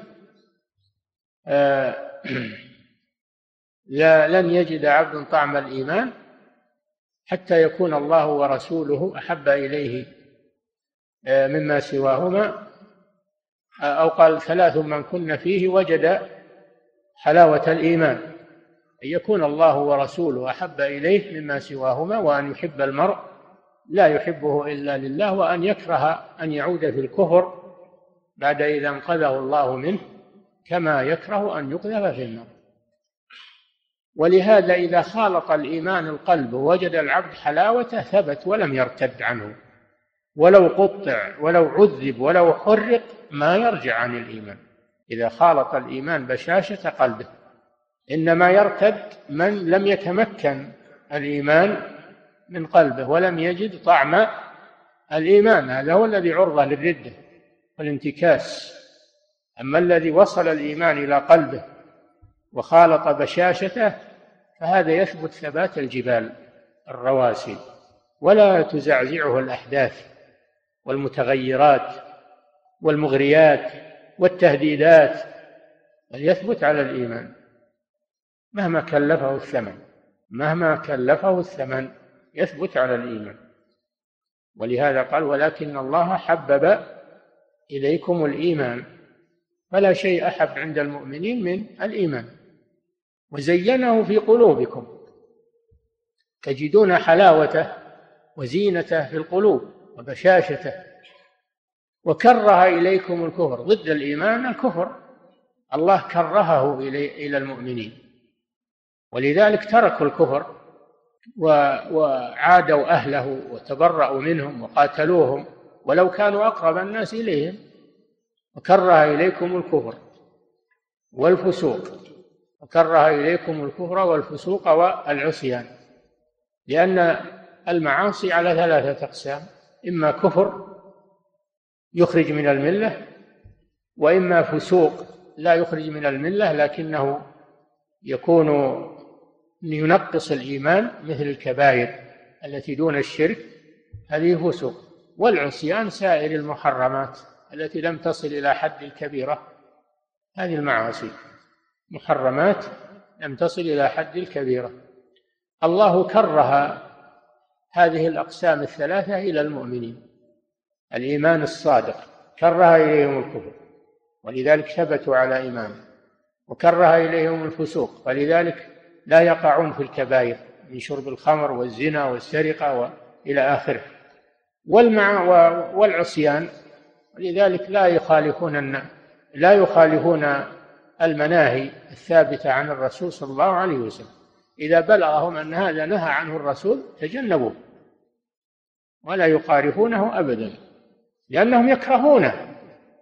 آه لا لن يجد عبد طعم الإيمان حتى يكون الله ورسوله أحب إليه آه مما سواهما، أو قال ثلاث من كن فيه وجد حلاوة الإيمان، أن يكون الله ورسوله أحب إليه مما سواهما، وأن يحب المرء لا يحبه إلا لله، وأن يكره أن يعود في الكفر بعد إذا انقذه الله منه، كما يكره أن يقذف في النار. ولهذا إذا خالط الإيمان القلب ووجد العبد حلاوته ثبت ولم يرتد عنه، ولو قطع ولو عذب ولو حرق ما يرجع عن الإيمان إذا خالط الإيمان بشاشة قلبه. إنما يرتد من لم يتمكن الإيمان من قلبه ولم يجد طعم الإيمان، هذا هو الذي عرضة للردة والانتكاس. أما الذي وصل الإيمان إلى قلبه وخالط بشاشته فهذا يثبت ثبات الجبال الرواسي ولا تزعزعه الأحداث والمتغيرات والمغريات والتهديدات، بل يثبت على الإيمان مهما كلفه الثمن، مهما كلفه الثمن يثبت على الإيمان. ولهذا قال ولكن الله حبب إليكم الإيمان، فلا شيء أحب عند المؤمنين من الإيمان. وزينه في قلوبكم، تجدون حلاوته وزينته في القلوب وبشاشته. وكره إليكم الكفر، ضد الإيمان الكفر، الله كرهه إلى المؤمنين، ولذلك تركوا الكفر وعادوا أهله وتبرأوا منهم وقاتلوهم ولو كانوا أقرب الناس إليهم. وكره إليكم الكفر والفسوق، وكره إليكم الكفر والفسوق والعصيان، لأن المعاصي على ثلاثة أقسام: إما كفر يخرج من الملة، وإما فسوق لا يخرج من الملة لكنه يكون ينقص الإيمان مثل الكبائر التي دون الشرك، هذه فسوق. والعصيان سائر المحرمات التي لم تصل إلى حد الكبيرة، هذه المعاصي محرمات لم تصل إلى حد الكبيرة. الله كره هذه الأقسام الثلاثة إلى المؤمنين. الإيمان الصادق كره إليهم الكفر ولذلك ثبتوا على إيمان، وكره إليهم الفسوق فلذلك لا يقعون في الكبائر من شرب الخمر والزنا والسرقة وإلى آخره. والمع والعصيان ولذلك لا يخالفون لا يخالفون المناهي الثابتة عن الرسول صلى الله عليه وسلم. إذا بلغهم أن هذا نهى عنه الرسول تجنبوه ولا يقارفونه أبدا، لأنهم يكرهونه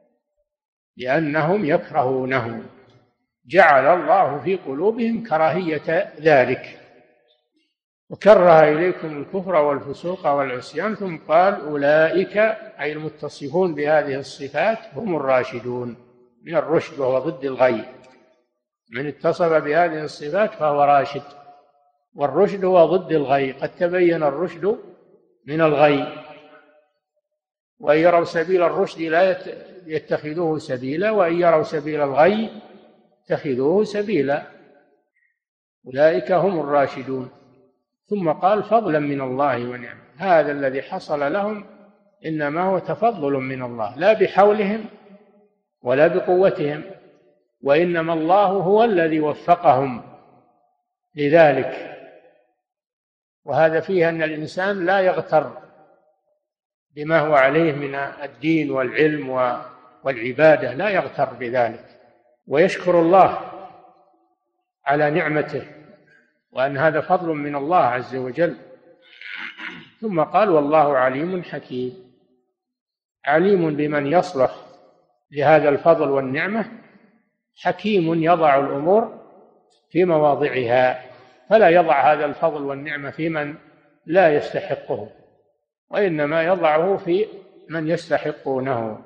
لأنهم يكرهونه جعل الله في قلوبهم كراهية ذلك. وكره إليكم الكفر والفسوق والعصيان، ثم قال: أولئك أي المتصفون بهذه الصفات هم الراشدون. من الرشد وهو ضد الغي، من اتصف بهذه الصفات فهو راشد، والرشد هو ضد الغي. قد تبين الرشد من الغي، وإن يروا سبيل الرشد لا يتخذوه سبيلا، وإن يروا سبيل الغي يتخذوه سبيلا. أولئك هم الراشدون. ثم قال: فضلا من الله ونعمة. هذا الذي حصل لهم إنما هو تفضل من الله، لا بحولهم ولا بقوتهم، وإنما الله هو الذي وفقهم لذلك. وهذا فيه أن الإنسان لا يغتر بما هو عليه من الدين والعلم والعبادة، لا يغتر بذلك، ويشكر الله على نعمته، وأن هذا فضل من الله عز وجل. ثم قال: والله عليم حكيم. عليم بمن يصلح لهذا الفضل والنعمة، حكيم يضع الأمور في مواضعها، فلا يضع هذا الفضل والنعمة في من لا يستحقه، وإنما يضعه في من يستحقونه.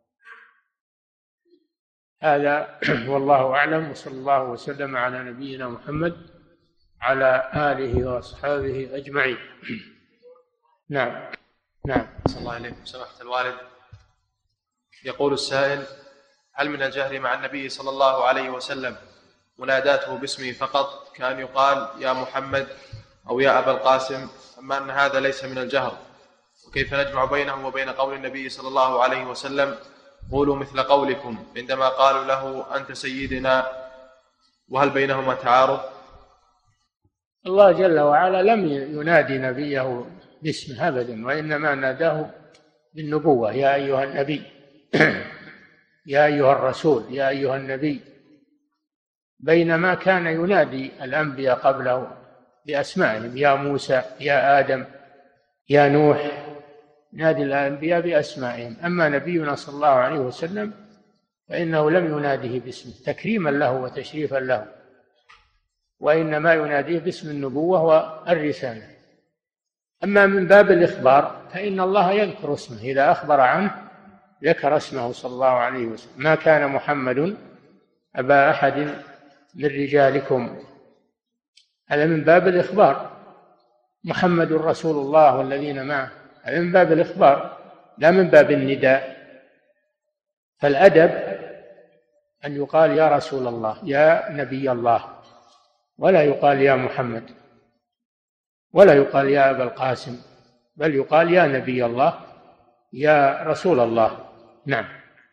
هذا والله أعلم، وصلى الله وسلم على نبينا محمد على آله وأصحابه أجمعين. نعم نعم. صلى الله عليكم. سماحة الوالد، يقول السائل: هل من الجهر مع النبي صلى الله عليه وسلم مناداته باسمه فقط، كأن يقال يا محمد أو يا أبا القاسم، أما أن هذا ليس من الجهر؟ وكيف نجمع بينه وبين قول النبي صلى الله عليه وسلم: قولوا مثل قولكم، عندما قالوا له أنت سيدنا؟ وهل بينهما تعارض؟ الله جل وعلا لم ينادي نبيه باسمه أبدا، وإنما ناداه بالنبوة: يا أيها النبي، يا أيها الرسول، يا أيها النبي. بينما كان ينادي الأنبياء قبله بأسمائهم: يا موسى، يا آدم، يا نوح، نادي الأنبياء بأسمائهم. أما نبينا صلى الله عليه وسلم فإنه لم يناده باسمه تكريما له وتشريفا له، وإنما يناديه باسم النبوة والرسالة. أما من باب الإخبار فإن الله يذكر اسمه، إذا أخبر عنه ذكر اسمه صلى الله عليه وسلم: ما كان محمد أبا أحد من رجالكم. هذا من باب الإخبار. محمد رسول الله والذين معه، هذا من باب الإخبار لا من باب النداء. فالأدب أن يقال يا رسول الله، يا نبي الله، ولا يقال يا محمد، ولا يقال يا أبا القاسم، بل يقال يا نبي الله، يا رسول الله. نعم.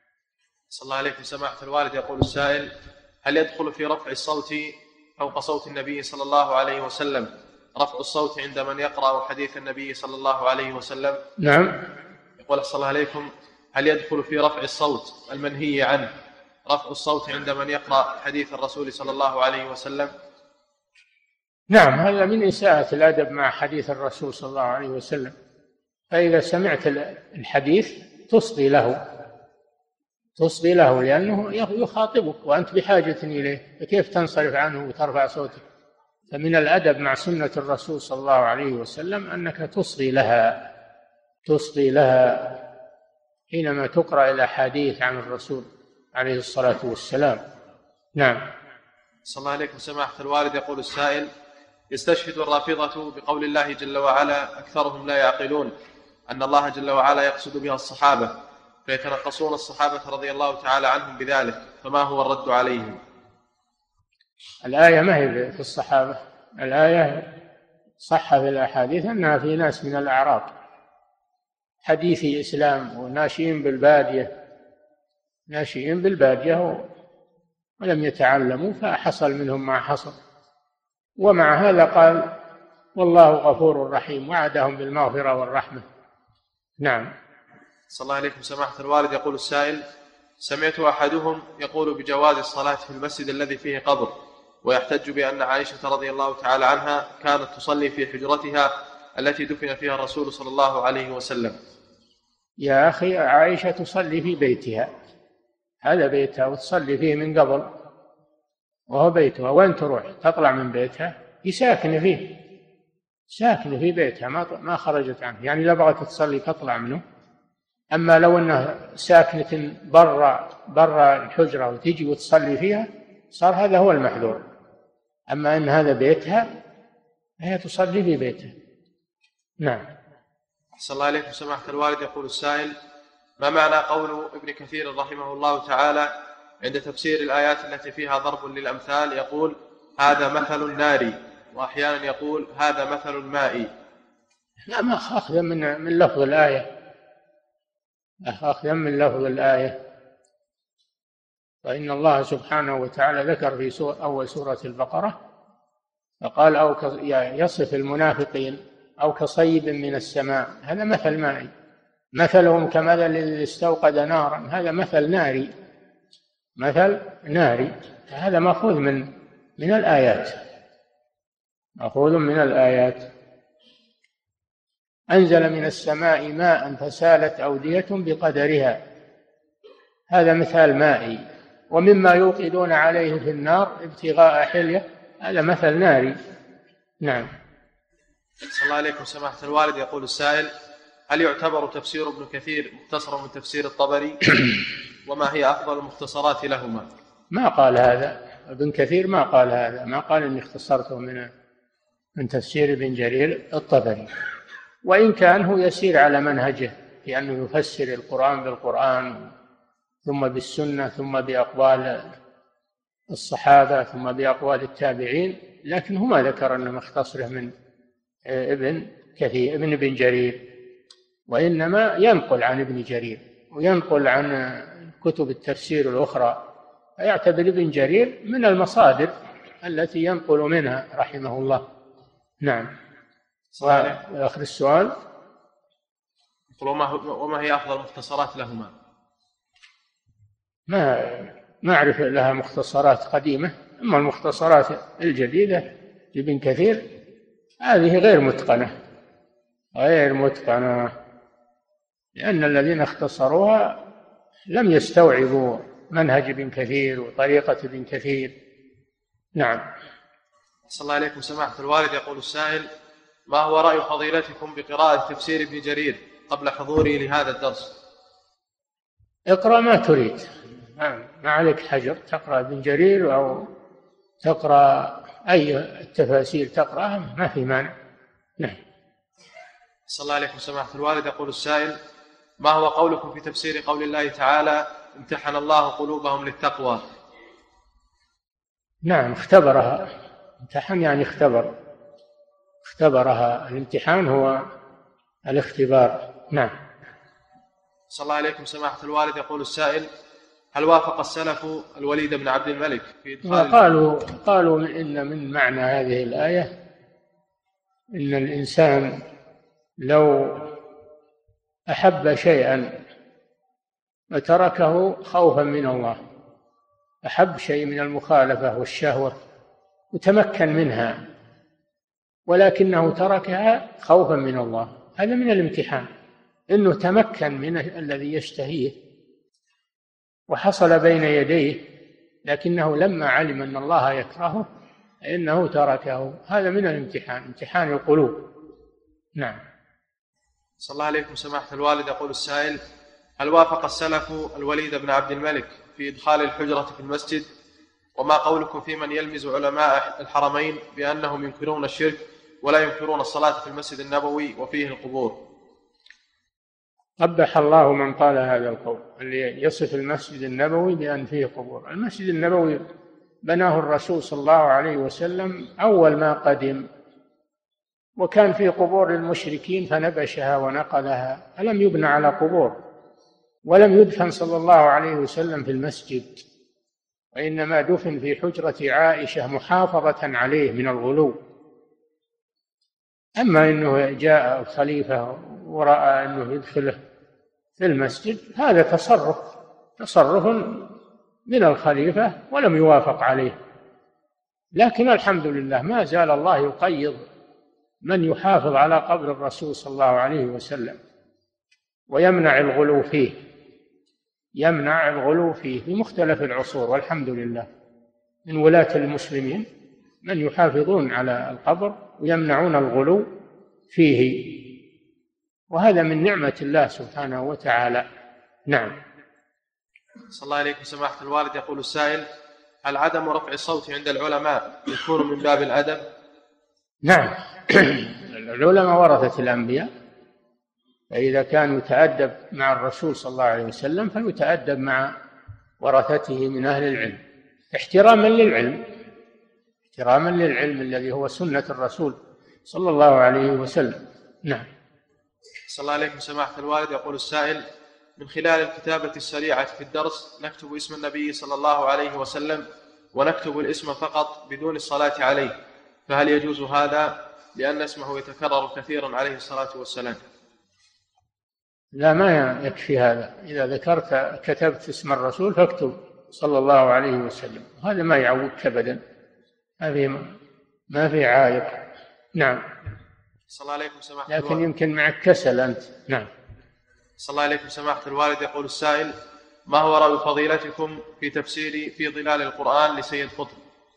صلى الله عليكم سماحة الوالد. يقول السائل: هل يدخل في رفع الصوت فوق صوت النبي صلى الله عليه وسلم رفع الصوت عند من يقرأ حديث النبي صلى الله عليه وسلم؟ نعم. يقول صلى الله عليكم: هل يدخل في رفع الصوت المنهي عنه رفع الصوت عند من يقرأ حديث الرسول صلى الله عليه وسلم؟ نعم، هذا من إساءة الأدب مع حديث الرسول صلى الله عليه وسلم. فإذا سمعت الحديث تصغي له تصغي له لأنه يخاطبك وأنت بحاجة إليه، فكيف تنصرف عنه وترفع صوتك؟ فمن الأدب مع سنة الرسول صلى الله عليه وسلم أنك تصغي لها تصغي لها حينما تقرأ الأحاديث عن الرسول عليه الصلاة والسلام. نعم. صلى الله عليكم سماحة الوالد. يقول السائل: يستشهد الرافضة بقول الله جل وعلا: أكثرهم لا يعقلون، أن الله جل وعلا يقصد بها الصحابة، فيتنقصون الصحابة رضي الله تعالى عنهم بذلك، فما هو الرد عليهم؟ الآية ما هي في الصحابة، الآية صح في الأحاديث أنها في ناس من الأعراب حديثي إسلام وناشئين بالبادية ناشئين بالبادية ولم يتعلموا فحصل منهم ما حصل، ومع هذا قال: والله غفور رحيم، وعدهم بالمغفرة والرحمة. نعم. صلى الله عليكم سماحة الوالد. يقول السائل: سمعت أحدهم يقول بجواز الصلاة في المسجد الذي فيه قبر، ويحتج بأن عائشة رضي الله تعالى عنها كانت تصلي في حجرتها التي دفن فيها الرسول صلى الله عليه وسلم. يا أخي، عائشة تصلي في بيتها، هذا بيتها وتصلي فيه من قبل، وهو بيتها. وين تروح؟ تطلع من بيتها؟ يساكن فيه ساكن في بيتها، ما ما خرجت عنه، يعني لا بغت تصلي تطلع منه. أما لو أنها ساكنة برا برا الحجرة وتجي وتصلي فيها صار هذا هو المحذور. أما أن هذا بيتها هي تصلي في بيتها. نعم. أحسن الله عليكم سماحة الوالد. يقول السائل: ما معنى قول ابن كثير رحمه الله تعالى عند تفسير الآيات التي فيها ضرب للأمثال يقول: هذا مثل ناري، وأحيانا يقول: هذا مثل مائي؟ لا، ما أخذ من من لفظ الآية، أخذ من لفظ الآية. فإن الله سبحانه وتعالى ذكر في سورة أول سورة البقرة فقال: أو يصف المنافقين أو كصيب من السماء، هذا مثل مائي، مثلهم كمثل الذي استوقد نارا، هذا مثل ناري مثل ناري هذا مأخوذ من من الآيات مأخوذ من الآيات. أنزل من السماء ماء فسالت أودية بقدرها، هذا مثال مائي. ومما يوقدون عليه في النار ابتغاء حلية، هذا مثل ناري. نعم. صلى الله عليكم سماحة الوالد. يقول السائل: هل يعتبر تفسير ابن كثير مختصرا من تفسير الطبري؟ وما هي أفضل المختصرات لهما؟ ما قال هذا ابن كثير، ما قال هذا، ما قال إني اختصرته من من تفسير ابن جرير الطبري، وإن كان هو يسير على منهجه في أنه يفسر القرآن بالقرآن ثم بالسنة ثم بأقوال الصحابة ثم بأقوال التابعين، لكن هو ما ذكر أنه مختصره من ابن كثير ابن ابن جرير، وإنما ينقل عن ابن جرير وينقل عن كتب التفسير الأخرى، فيعتبر ابن جرير من المصادر التي ينقل منها رحمه الله. نعم. وآخر السؤال: وما هي أفضل المختصرات لهما؟ ما ما أعرف لها مختصرات قديمة، أما المختصرات الجديدة لابن كثير هذه غير متقنة غير متقنة لأن الذين اختصروها لم يستوعبوا منهج ابن كثير وطريقة ابن كثير. نعم. صلى الله عليكم سماحة الوالد. يقول السائل: ما هو رأي فضيلتكم بقراءة تفسير ابن جرير قبل حضوري لهذا الدرس؟ اقرأ ما تريد، ما عليك حجر، تقرأ ابن جرير أو تقرأ أي التفاسير تقرأها، ما في مانع. نعم. صلى الله عليكم سماحة الوالد. يقول السائل: ما هو قولكم في تفسير قول الله تعالى: امتحن الله قلوبهم للتقوى؟ نعم، اختبرها. امتحن يعني اختبر اختبرها. الامتحان هو الاختبار. نعم. صلى الله عليكم سماحة الوالد. يقول السائل: هل وافق السلف الوليد بن عبد الملك في إدخال قالوا قالوا إن من معنى هذه الآية إن الإنسان لو أحب شيئا وتركه خوفا من الله، أحب شيء من المخالفة والشهوة وتمكن منها ولكنه تركها خوفا من الله، هذا من الامتحان، إنه تمكن من الذي يشتهيه وحصل بين يديه، لكنه لما علم أن الله يكرهه فإنه تركه، هذا من الامتحان، امتحان القلوب. نعم. صلى الله عليكم سماحة الوالد. يقول السائل: هل وافق السلف الوليد بن عبد الملك في إدخال الحجرة في المسجد؟ وما قولكم في من يلمز علماء الحرمين بأنهم ينكرون الشرك ولا ينكرون الصلاة في المسجد النبوي وفيه القبور؟ قبح الله من قال هذا القول، اللي يصف المسجد النبوي بأن فيه قبور. المسجد النبوي بناه الرسول صلى الله عليه وسلم أول ما قدم، وكان فيه قبور للمشركين فنبشها ونقلها، فلم يبنى على قبور، ولم يدفن صلى الله عليه وسلم في المسجد، وإنما دفن في حجرة عائشة محافظة عليه من الغلو. أما أنه جاء الخليفة ورأى أنه يدخله في المسجد، هذا تصرف تصرف من الخليفة ولم يوافق عليه، لكن الحمد لله ما زال الله يقيض من يحافظ على قبر الرسول صلى الله عليه وسلم ويمنع الغلو فيه، يمنع الغلو فيه في مختلف العصور، والحمد لله من ولاة المسلمين من يحافظون على القبر ويمنعون الغلو فيه، وهذا من نعمة الله سبحانه وتعالى. نعم. صلى الله عليكم سماحة الوالد. يقول السائل: هل عدم رفع الصوت عند العلماء يكون من باب الأدب؟ نعم. العلماء ورثة الأنبياء، فإذا كان يتأدب مع الرسول صلى الله عليه وسلم فيتأدب مع ورثته من أهل العلم، احتراما للعلم، احتراما للعلم الذي هو سنة الرسول صلى الله عليه وسلم. نعم. صلى الله عليكم سماحة الوالد. يقول السائل: من خلال الكتابة السريعة في الدرس نكتب اسم النبي صلى الله عليه وسلم ونكتب الاسم فقط بدون الصلاة عليه، فهل يجوز هذا لأن اسمه يتكرر كثيرا عليه الصلاة والسلام؟ لا، ما يكفي هذا، إذا ذكرت كتبت اسم الرسول فاكتب صلى الله عليه وسلم، هذا ما يعوقك أبدا، ما في ما في عائق. نعم. صلى الله عليكم سماحة لكن الوالد. يمكن معك كسل أنت. نعم. صلى الله عليكم سماحة الوالد. يقول السائل: ما هو رأي فضيلتكم في تفسير في ظلال القرآن لسيد قطب؟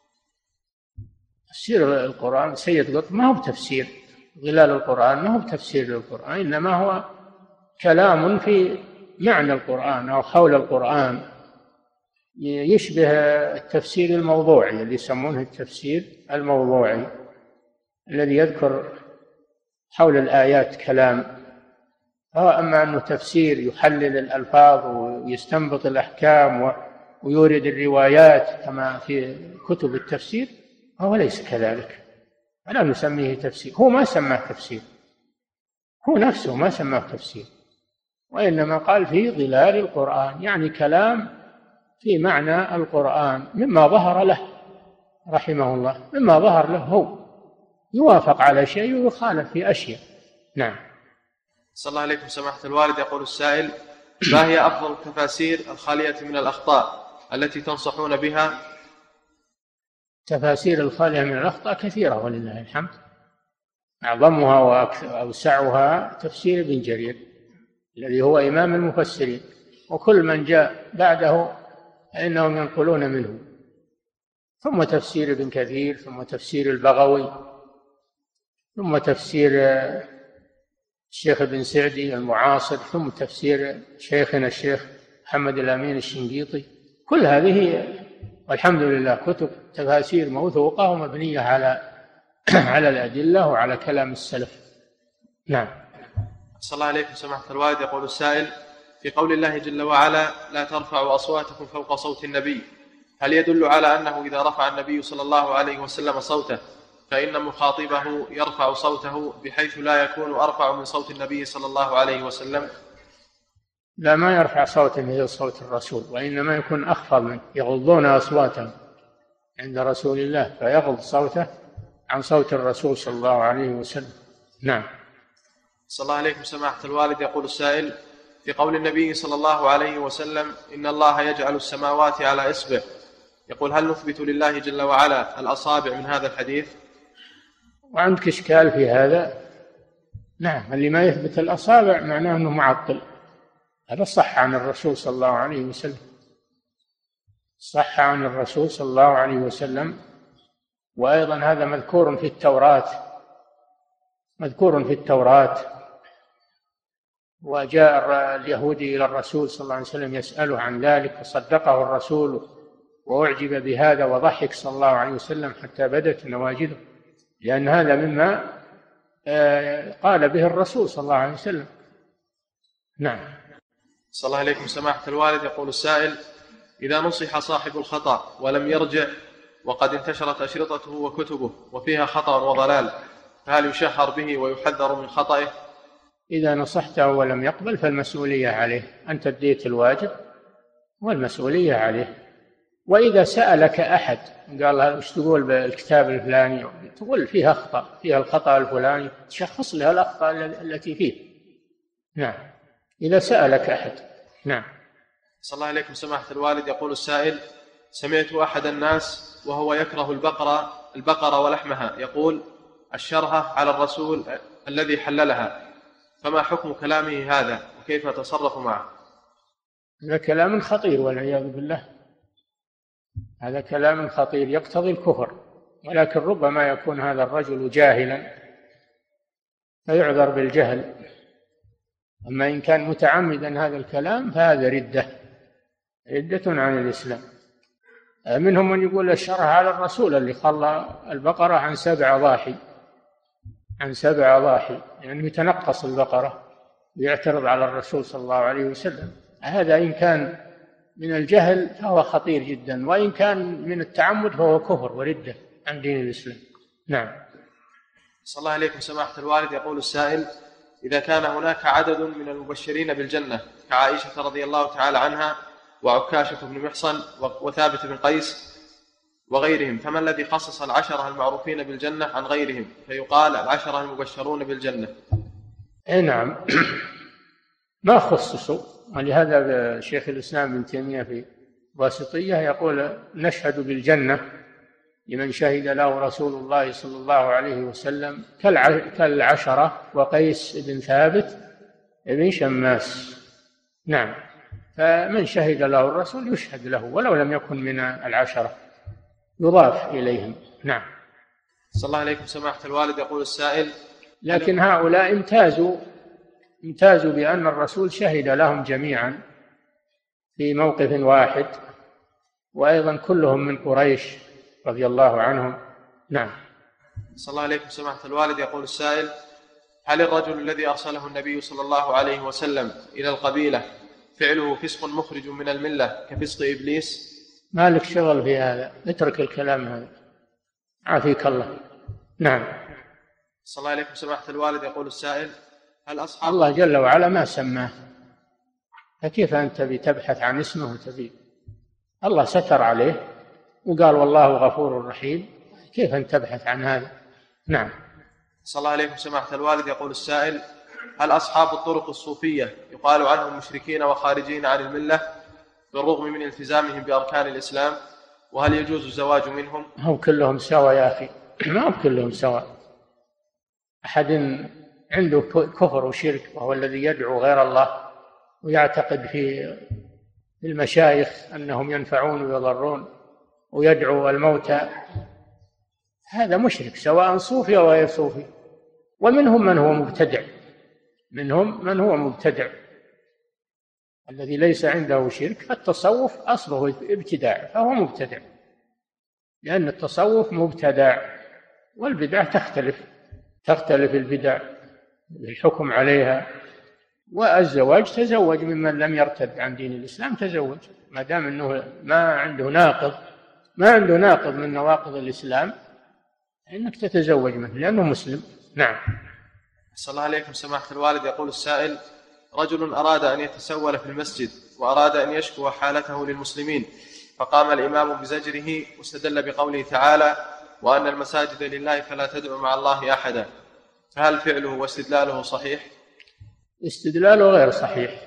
تفسير القرآن سيد قطب ما هو بتفسير، ظلال القرآن ما هو بتفسير للقرآن، إنما هو كلام في معنى القرآن أو حول القرآن، يشبه التفسير الموضوعي اللي يسمونه التفسير الموضوعي، الذي يذكر حول الآيات كلام. أما أنه تفسير يحلل الألفاظ ويستنبط الأحكام ويورد الروايات كما في كتب التفسير، هو ليس كذلك، فلا نسميه تفسير، هو ما سماه تفسير، هو نفسه ما سماه تفسير، وإنما قال في ظلال القرآن، يعني كلام في معنى القرآن مما ظهر له رحمه الله، مما ظهر له هو، يوافق على شيء ويخالف في أشياء. نعم. صلى الله عليكم سماحة الوالد. يقول السائل: ما هي أفضل التفاسير الخالية من الأخطاء التي تنصحون بها؟ تفاسير الخالية من الأخطاء كثيرة ولله الحمد، أعظمها وأوسعها تفسير ابن جرير الذي هو إمام المفسرين، وكل من جاء بعده فإنهم ينقلون منه، ثم تفسير ابن كثير، ثم تفسير البغوي، ثم تفسير الشيخ ابن سعدي المعاصر، ثم تفسير شيخنا الشيخ محمد الأمين الشنقيطي. كل هذه والحمد لله كتب تفاسير موثوقة ومبنية على على الأدلة وعلى كلام السلف. نعم. صلى الله عليكم سماحة الوالد. يقول السائل: في قول الله جل وعلا: لا ترفعوا أصواتكم فوق صوت النبي، هل يدل على أنه إذا رفع النبي صلى الله عليه وسلم صوته فإن مخاطبه يرفع صوته بحيث لا يكون أرفع من صوت النبي صلى الله عليه وسلم؟ لا، ما يرفع صوته مثل صوت الرسول، وإنما يكون أخفض منه، يغضون أصواتهم عند رسول الله فيغض صوته عن صوت الرسول صلى الله عليه وسلم. نعم. صلى الله عليكم سماحة الوالد. يقول السائل: في قول النبي صلى الله عليه وسلم إن الله يجعل السماوات على إصبع، يقول هل نثبت لله جل وعلا الأصابع من هذا الحديث؟ وعندك إشكال في هذا؟ نعم، اللي ما يثبت الأصابع معناه أنه معطل. هذا صح عن الرسول صلى الله عليه وسلم، صح عن الرسول صلى الله عليه وسلم، وأيضا هذا مذكور في التوراة، مذكور في التوراة. وجاء اليهودي إلى الرسول صلى الله عليه وسلم يسأله عن ذلك، فصدقه الرسول وأعجب بهذا وضحك صلى الله عليه وسلم حتى بدت نواجذه، لأن هذا مما قال به الرسول صلى الله عليه وسلم. نعم. صلى الله عليكم سماحة الوالد. يقول السائل: إذا نصح صاحب الخطأ ولم يرجع وقد انتشرت أشرطته وكتبه وفيها خطأ وضلال، فهل يشهر به ويحذر من خطئه؟ إذا نصحته ولم يقبل فالمسؤولية عليه، أنت اديت الواجب والمسؤولية عليه. وإذا سألك أحد قال ايش تقول بالكتاب الفلاني، تقول فيها أخطاء، فيها الخطأ الفلاني، تشخص لها الأخطاء التي فيه. نعم، إذا سألك أحد. نعم. صلى الله عليكم سماحة الوالد. يقول السائل: سمعت أحد الناس وهو يكره البقرة البقرة ولحمها يقول الشرهة على الرسول الذي حللها، فما حكم كلامه هذا وكيف أتصرف معه؟ هذا كلام خطير والعياذ بالله، هذا كلام خطير يقتضي الكفر، ولكن ربما يكون هذا الرجل جاهلا فيعذر بالجهل. أما إن كان متعمدا هذا الكلام فهذا ردة ردة عن الإسلام. منهم من يقول الشرع على الرسول اللي خلى البقرة عن سبع ضاحي عن سبع ضاحي يعني يتنقص البقرة، يعترض على الرسول صلى الله عليه وسلم. هذا إن كان من الجهل فهو خطير جدا، وإن كان من التعمد فهو كفر وردة عن دين الإسلام. نعم. صلى الله عليكم سماحة الوالد. يقول السائل: إذا كان هناك عدد من المبشرين بالجنة كعائشة رضي الله تعالى عنها وعكاشة بن محصن وثابت بن قيس وغيرهم، فما الذي خصص العشرة المعروفين بالجنة عن غيرهم فيقال العشرة المبشرون بالجنة؟ اي نعم، ما خصصوا. ولهذا شيخ الإسلام ابن تيمية في واسطية يقول نشهد بالجنة لمن شهد له رسول الله صلى الله عليه وسلم كالعشرة وقيس بن ثابت بن شماس. نعم، فمن شهد له الرسول يشهد له ولو لم يكن من العشرة، يضاف إليهم. نعم. صلى الله عليكم سماحة الوالد. يقول السائل: لكن هؤلاء امتازوا امتازوا بأن الرسول شهد لهم جميعا في موقف واحد، وأيضا كلهم من قريش رضي الله عنهم. نعم. صلى الله عليكم سماحة الوالد. يقول السائل: هل الرجل الذي أرسله النبي صلى الله عليه وسلم إلى القبيلة فعله فسق مخرج من الملة كفسق إبليس؟ ما لك شغل في هذا، اترك الكلام هذا، عافيك الله. نعم. صلى الله عليكم سماحة الوالد. يقول السائل: هل أصحاب الله جل وعلا ما سماه، فكيف أنت بتبحث عن اسمه وتبي؟ الله ستر عليه وقال والله غفور رحيم، كيف أن تبحث عن هذا؟ نعم. صلى الله عليكم سماحة الوالد. يقول السائل: هل أصحاب الطرق الصوفية يقال عنهم مشركين وخارجين عن الملة بالرغم من التزامهم بأركان الإسلام؟ وهل يجوز الزواج منهم؟ هم كلهم سوا يا أخي، ما هم كلهم سوا. أحد عنده كفر وشرك وهو الذي يدعو غير الله ويعتقد في المشايخ أنهم ينفعون ويضرون ويدعو الموتى، هذا مشرك سواء صوفي أو غير صوفي. ومنهم من هو مبتدع، منهم من هو مبتدع الذي ليس عنده شرك، فالتصوف أصله ابتداع فهو مبتدع، لأن التصوف مبتدع والبدع تختلف تختلف البدع بالحكم عليها. والزواج تزوج ممن لم يرتد عن دين الإسلام، تزوج ما دام أنه ما عنده ناقض ما عنده ناقض من نواقض الإسلام إنك تتزوج منه لأنه مسلم. نعم. صلى الله عليكم سماحة الوالد. يقول السائل: رجل أراد أن يتسول في المسجد وأراد أن يشكو حالته للمسلمين، فقام الإمام بزجره واستدل بقوله تعالى: وأن المساجد لله فلا تدعوا مع الله أحدا. فهل فعله واستدلاله صحيح؟ استدلاله غير صحيح،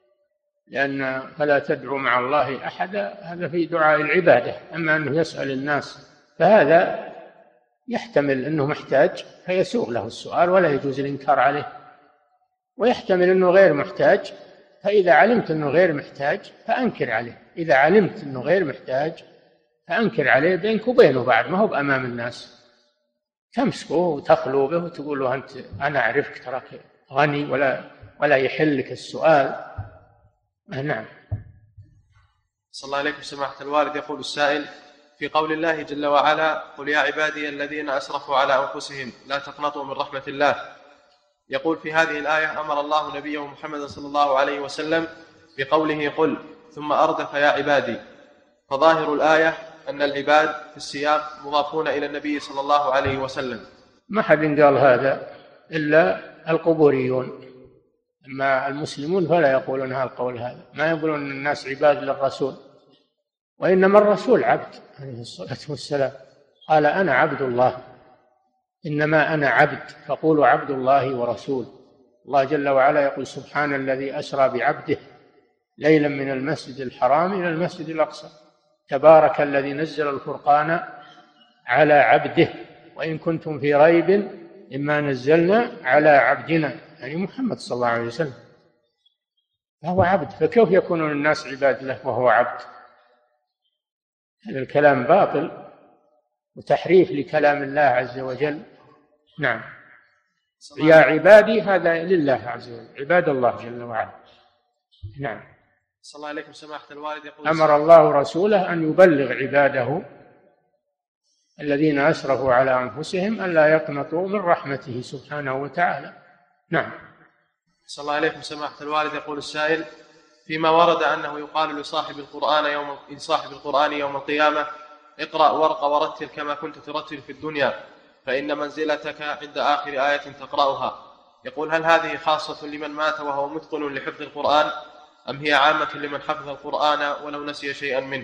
لأن فلا تدعوا مع الله أحدا هذا في دعاء العبادة، أما أنه يسأل الناس فهذا يحتمل أنه محتاج فيسوغ له السؤال ولا يجوز الإنكار عليه، ويحتمل أنه غير محتاج، فإذا علمت أنه غير محتاج فأنكر عليه. إذا علمت أنه غير محتاج فأنكر عليه بينك وبينه، بعد ما هو بأمام الناس تمسكه وتخلو به وتقول له: أنت أنا أعرفك تراك غني ولا ولا يحل لك السؤال. نعم. صلى الله عليكم سماحة الوالد. يقول السائل: في قول الله جل وعلا: قل يا عبادي الذين أسرفوا على أنفسهم لا تقنطوا من رحمة الله، يقول في هذه الآية أمر الله نبيه محمد صلى الله عليه وسلم بقوله: قل، ثم أردف يا عبادي. فظاهر الآية أن العباد في السياق مضافون إلى النبي صلى الله عليه وسلم. ما حد قال هذا إلا القبوريون، أما المسلمون فلا يقولون هذا القول، هذا ما يقولون أن الناس عباد للرسول، وإنما الرسول عبد عليه الصلاة والسلام، قال: أنا عبد الله، إنما أنا عبد، فقولوا عبد الله ورسول. الله جل وعلا يقول: سبحان الذي أسرى بعبده ليلا من المسجد الحرام إلى المسجد الأقصى، تبارك الذي نزل الفرقان على عبده، وإن كنتم في ريب مما نزلنا على عبدنا، يعني محمد صلى الله عليه وسلم، فهو عبد، فكيف يكون الناس عباد له وهو عبد؟ هذا الكلام باطل وتحريف لكلام الله عز وجل. نعم. يا عبادي هذا لله عز وجل، عباد الله جل وعلا. نعم. صلى الله عليكم سماحة الوالد. يقول: أمر الله رسوله أن يبلغ عباده الذين أسرفوا على أنفسهم أن لا يقنطوا من رحمته سبحانه وتعالى. نعم. صلى الله عليكم سماحة الوالد. يقول السائل: فيما ورد أنه يقال لصاحب القرآن يوم صاحب القرآن يوم القيامة: اقرأ وارق ورتل كما كنت ترتل في الدنيا، فإن منزلتك عند آخر آية تقرأها. يقول: هل هذه خاصة لمن مات وهو متقن لحفظ القرآن، أم هي عامة لمن حفظ القرآن ولو نسي شيئا منه؟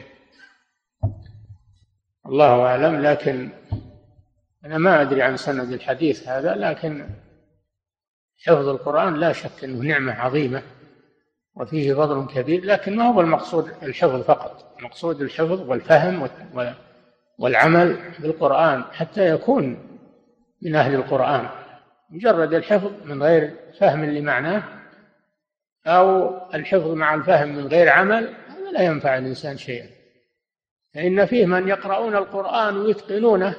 الله أعلم، لكن أنا ما أدري عن سند الحديث هذا، لكن حفظ القرآن لا شك أنه نعمة عظيمة وفيه فضل كبير، لكن ما هو المقصود الحفظ فقط، المقصود الحفظ والفهم والعمل بالقرآن حتى يكون من أهل القرآن. مجرد الحفظ من غير فهم لمعناه أو الحفظ مع الفهم من غير عمل هذا لا ينفع الإنسان شيئا، فإن فيه من يقرؤون القرآن ويتقنونه،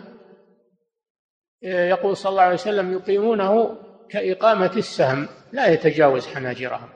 يقول صلى الله عليه وسلم: يقيمونه كإقامة السهم لا يتجاوز حناجرهم،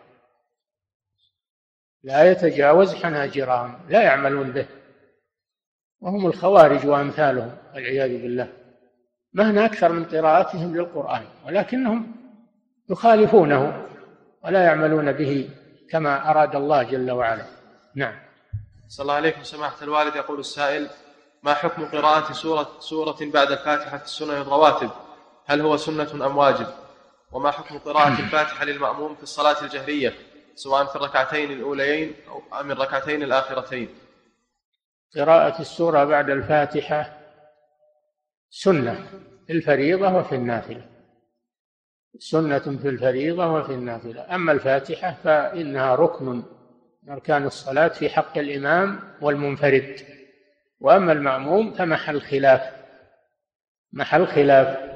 لا يتجاوز حناجرهم، لا يعملون به، وهم الخوارج وأمثالهم والعياذ بالله، مهما أكثر من قراءتهم للقرآن، ولكنهم يخالفونه ولا يعملون به كما أراد الله جل وعلا. نعم. صلى الله عليكم سماحة الوالد. يقول السائل: ما حكم قراءة سورة, سورة بعد الفاتحة في السنن الرواتب؟ هل هو سنة أم واجب؟ وما حكم قراءة الفاتحة للمأموم في الصلاة الجهرية سواء في الركعتين الأوليين أو من الركعتين الآخرتين؟ قراءة السورة بعد الفاتحة سنة في الفريضة وفي النافلة، سنة في الفريضة وفي النافلة. أما الفاتحة فإنها ركن من أركان الصلاة في حق الإمام والمنفرد، وأما المأموم فمحل خلاف، محل خلاف.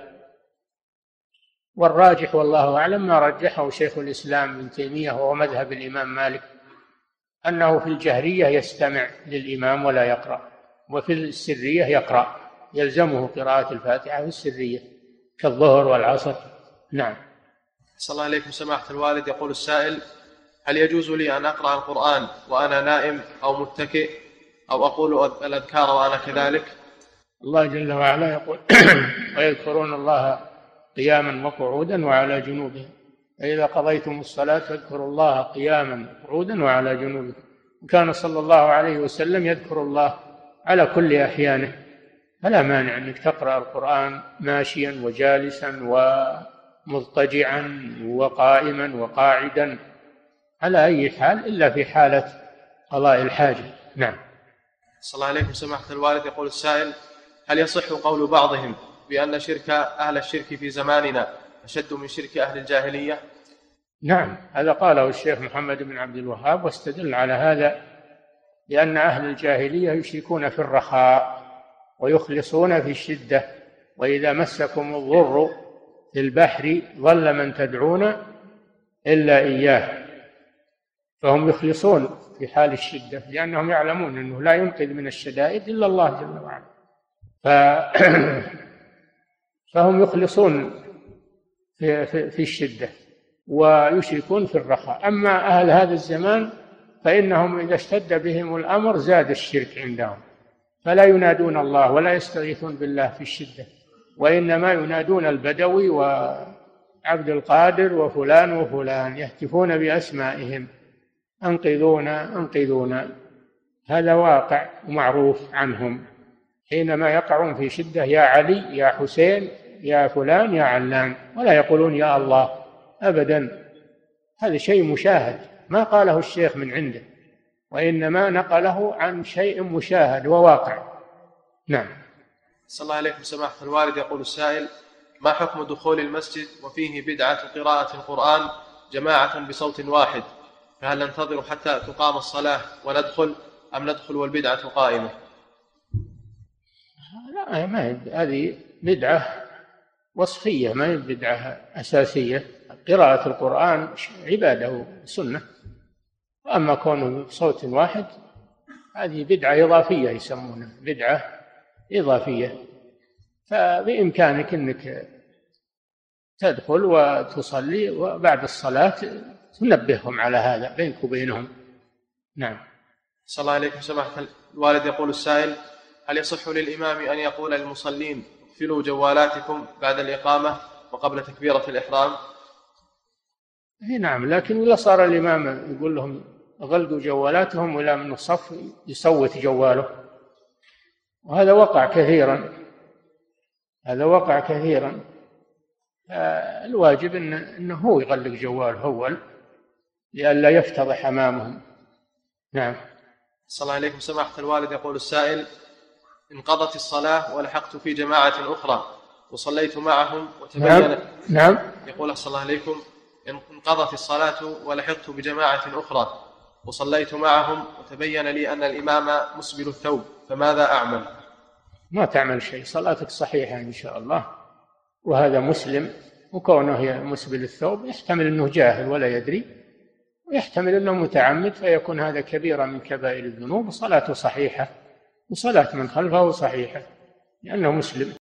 والراجح والله أعلم ما رجحه شيخ الإسلام ابن تيمية وهو مذهب الإمام مالك، أنه في الجهرية يستمع للإمام ولا يقرأ، وفي السرية يقرأ، يلزمه قراءة الفاتحة في السرية كالظهر والعصر. نعم. صلى الله عليكم سماحة الوالد. يقول السائل: هل يجوز لي أن أقرأ القرآن وأنا نائم أو متكئ أو أقول الأذكار وأنا كذلك؟ الله جل وعلا يقول: ويذكرون الله قياما وقعودا وعلى جنوبهم، فإذا قضيتم الصلاة فاذكروا الله قياما وقعودا وعلى جنوبهم. وكان صلى الله عليه وسلم يذكر الله على كل أحيانه، فلا مانع أنك تقرأ القرآن ماشيا وجالسا ومضطجعا وقائما وقاعدا على أي حال إلا في حالة قضاء الحاجة. نعم. صلى الله عليكم سماحة الوالد. يقول السائل: هل يصح قول بعضهم بأن شرك أهل الشرك في زماننا أشد من شرك أهل الجاهلية؟ نعم، هذا قاله الشيخ محمد بن عبد الوهاب، واستدل على هذا لأن أهل الجاهلية يشركون في الرخاء ويخلصون في الشدة، وإذا مسكم الضر في البحر ضل من تدعون إلا إياه، فهم يخلصون في حال الشدة لأنهم يعلمون أنه لا ينقذ من الشدائد إلا الله جل وعلا، ف... فهم يخلصون في, في, في الشدة ويشركون في الرخاء. أما أهل هذا الزمان فإنهم إذا اشتد بهم الأمر زاد الشرك عندهم، فلا ينادون الله ولا يستغيثون بالله في الشدة، وإنما ينادون البدوي وعبد القادر وفلان وفلان، يهتفون بأسمائهم: أنقذونا أنقذونا. هذا واقع ومعروف عنهم، حينما يقعون في شدة: يا علي، يا حسين، يا فلان، يا علان، ولا يقولون يا الله أبدا. هذا شيء مشاهد، ما قاله الشيخ من عنده، وإنما نقله عن شيء مشاهد وواقع. نعم. صلى الله عليكم سماحة الوالد. يقول السائل: ما حكم دخول المسجد وفيه بدعة قراءة القرآن جماعة بصوت واحد، فهل ننتظر حتى تقام الصلاة وندخل أم ندخل والبدعة قائمة؟ لا، ما هي هذه بدعة وصفية، ما هي بدعة أساسية. قراءة القرآن عبادة وسنة، وأما كونه بصوت واحد هذه بدعة إضافية، يسمونها بدعة إضافية. فبإمكانك أنك تدخل وتصلي، وبعد الصلاة تنبههم على هذا بينك وبينهم. نعم. صلى الله عليكم سماحة الوالد. يقول السائل: هل يصح للإمام أن يقول للمصلين: اقفلوا جوالاتكم بعد الإقامة وقبل تكبيرة الإحرام؟ نعم، لكن إذا صار الإمام يقول لهم غلقوا جوالاتهم ولا من الصف يصوت جواله، وهذا وقع كثيرا، هذا وقع كثيرا. الواجب إن إنه هو يغلق جواله أول لئلا يفتضح أمامهم. نعم. صلى الله عليكم سماحة الوالد. يقول السائل: انقضت الصلاة ولحقت في جماعة أخرى وصليت معهم وتبين. نعم. نعم. يقول صلى الله عليكم: انقضت الصلاة ولحقت بجماعة أخرى وصليت معهم وتبين لي أن الإمام مسبل الثوب، فماذا أعمل؟ ما تعمل شيء، صلاتك صحيحة إن شاء الله. وهذا مسلم، وكونه مسبل الثوب يحتمل أنه جاهل ولا يدري، ويحتمل أنه متعمد، فيكون هذا كبيرة من كبائر الذنوب، وصلاته صحيحة، وصلاة من خلفه صحيحة لأنه مسلم.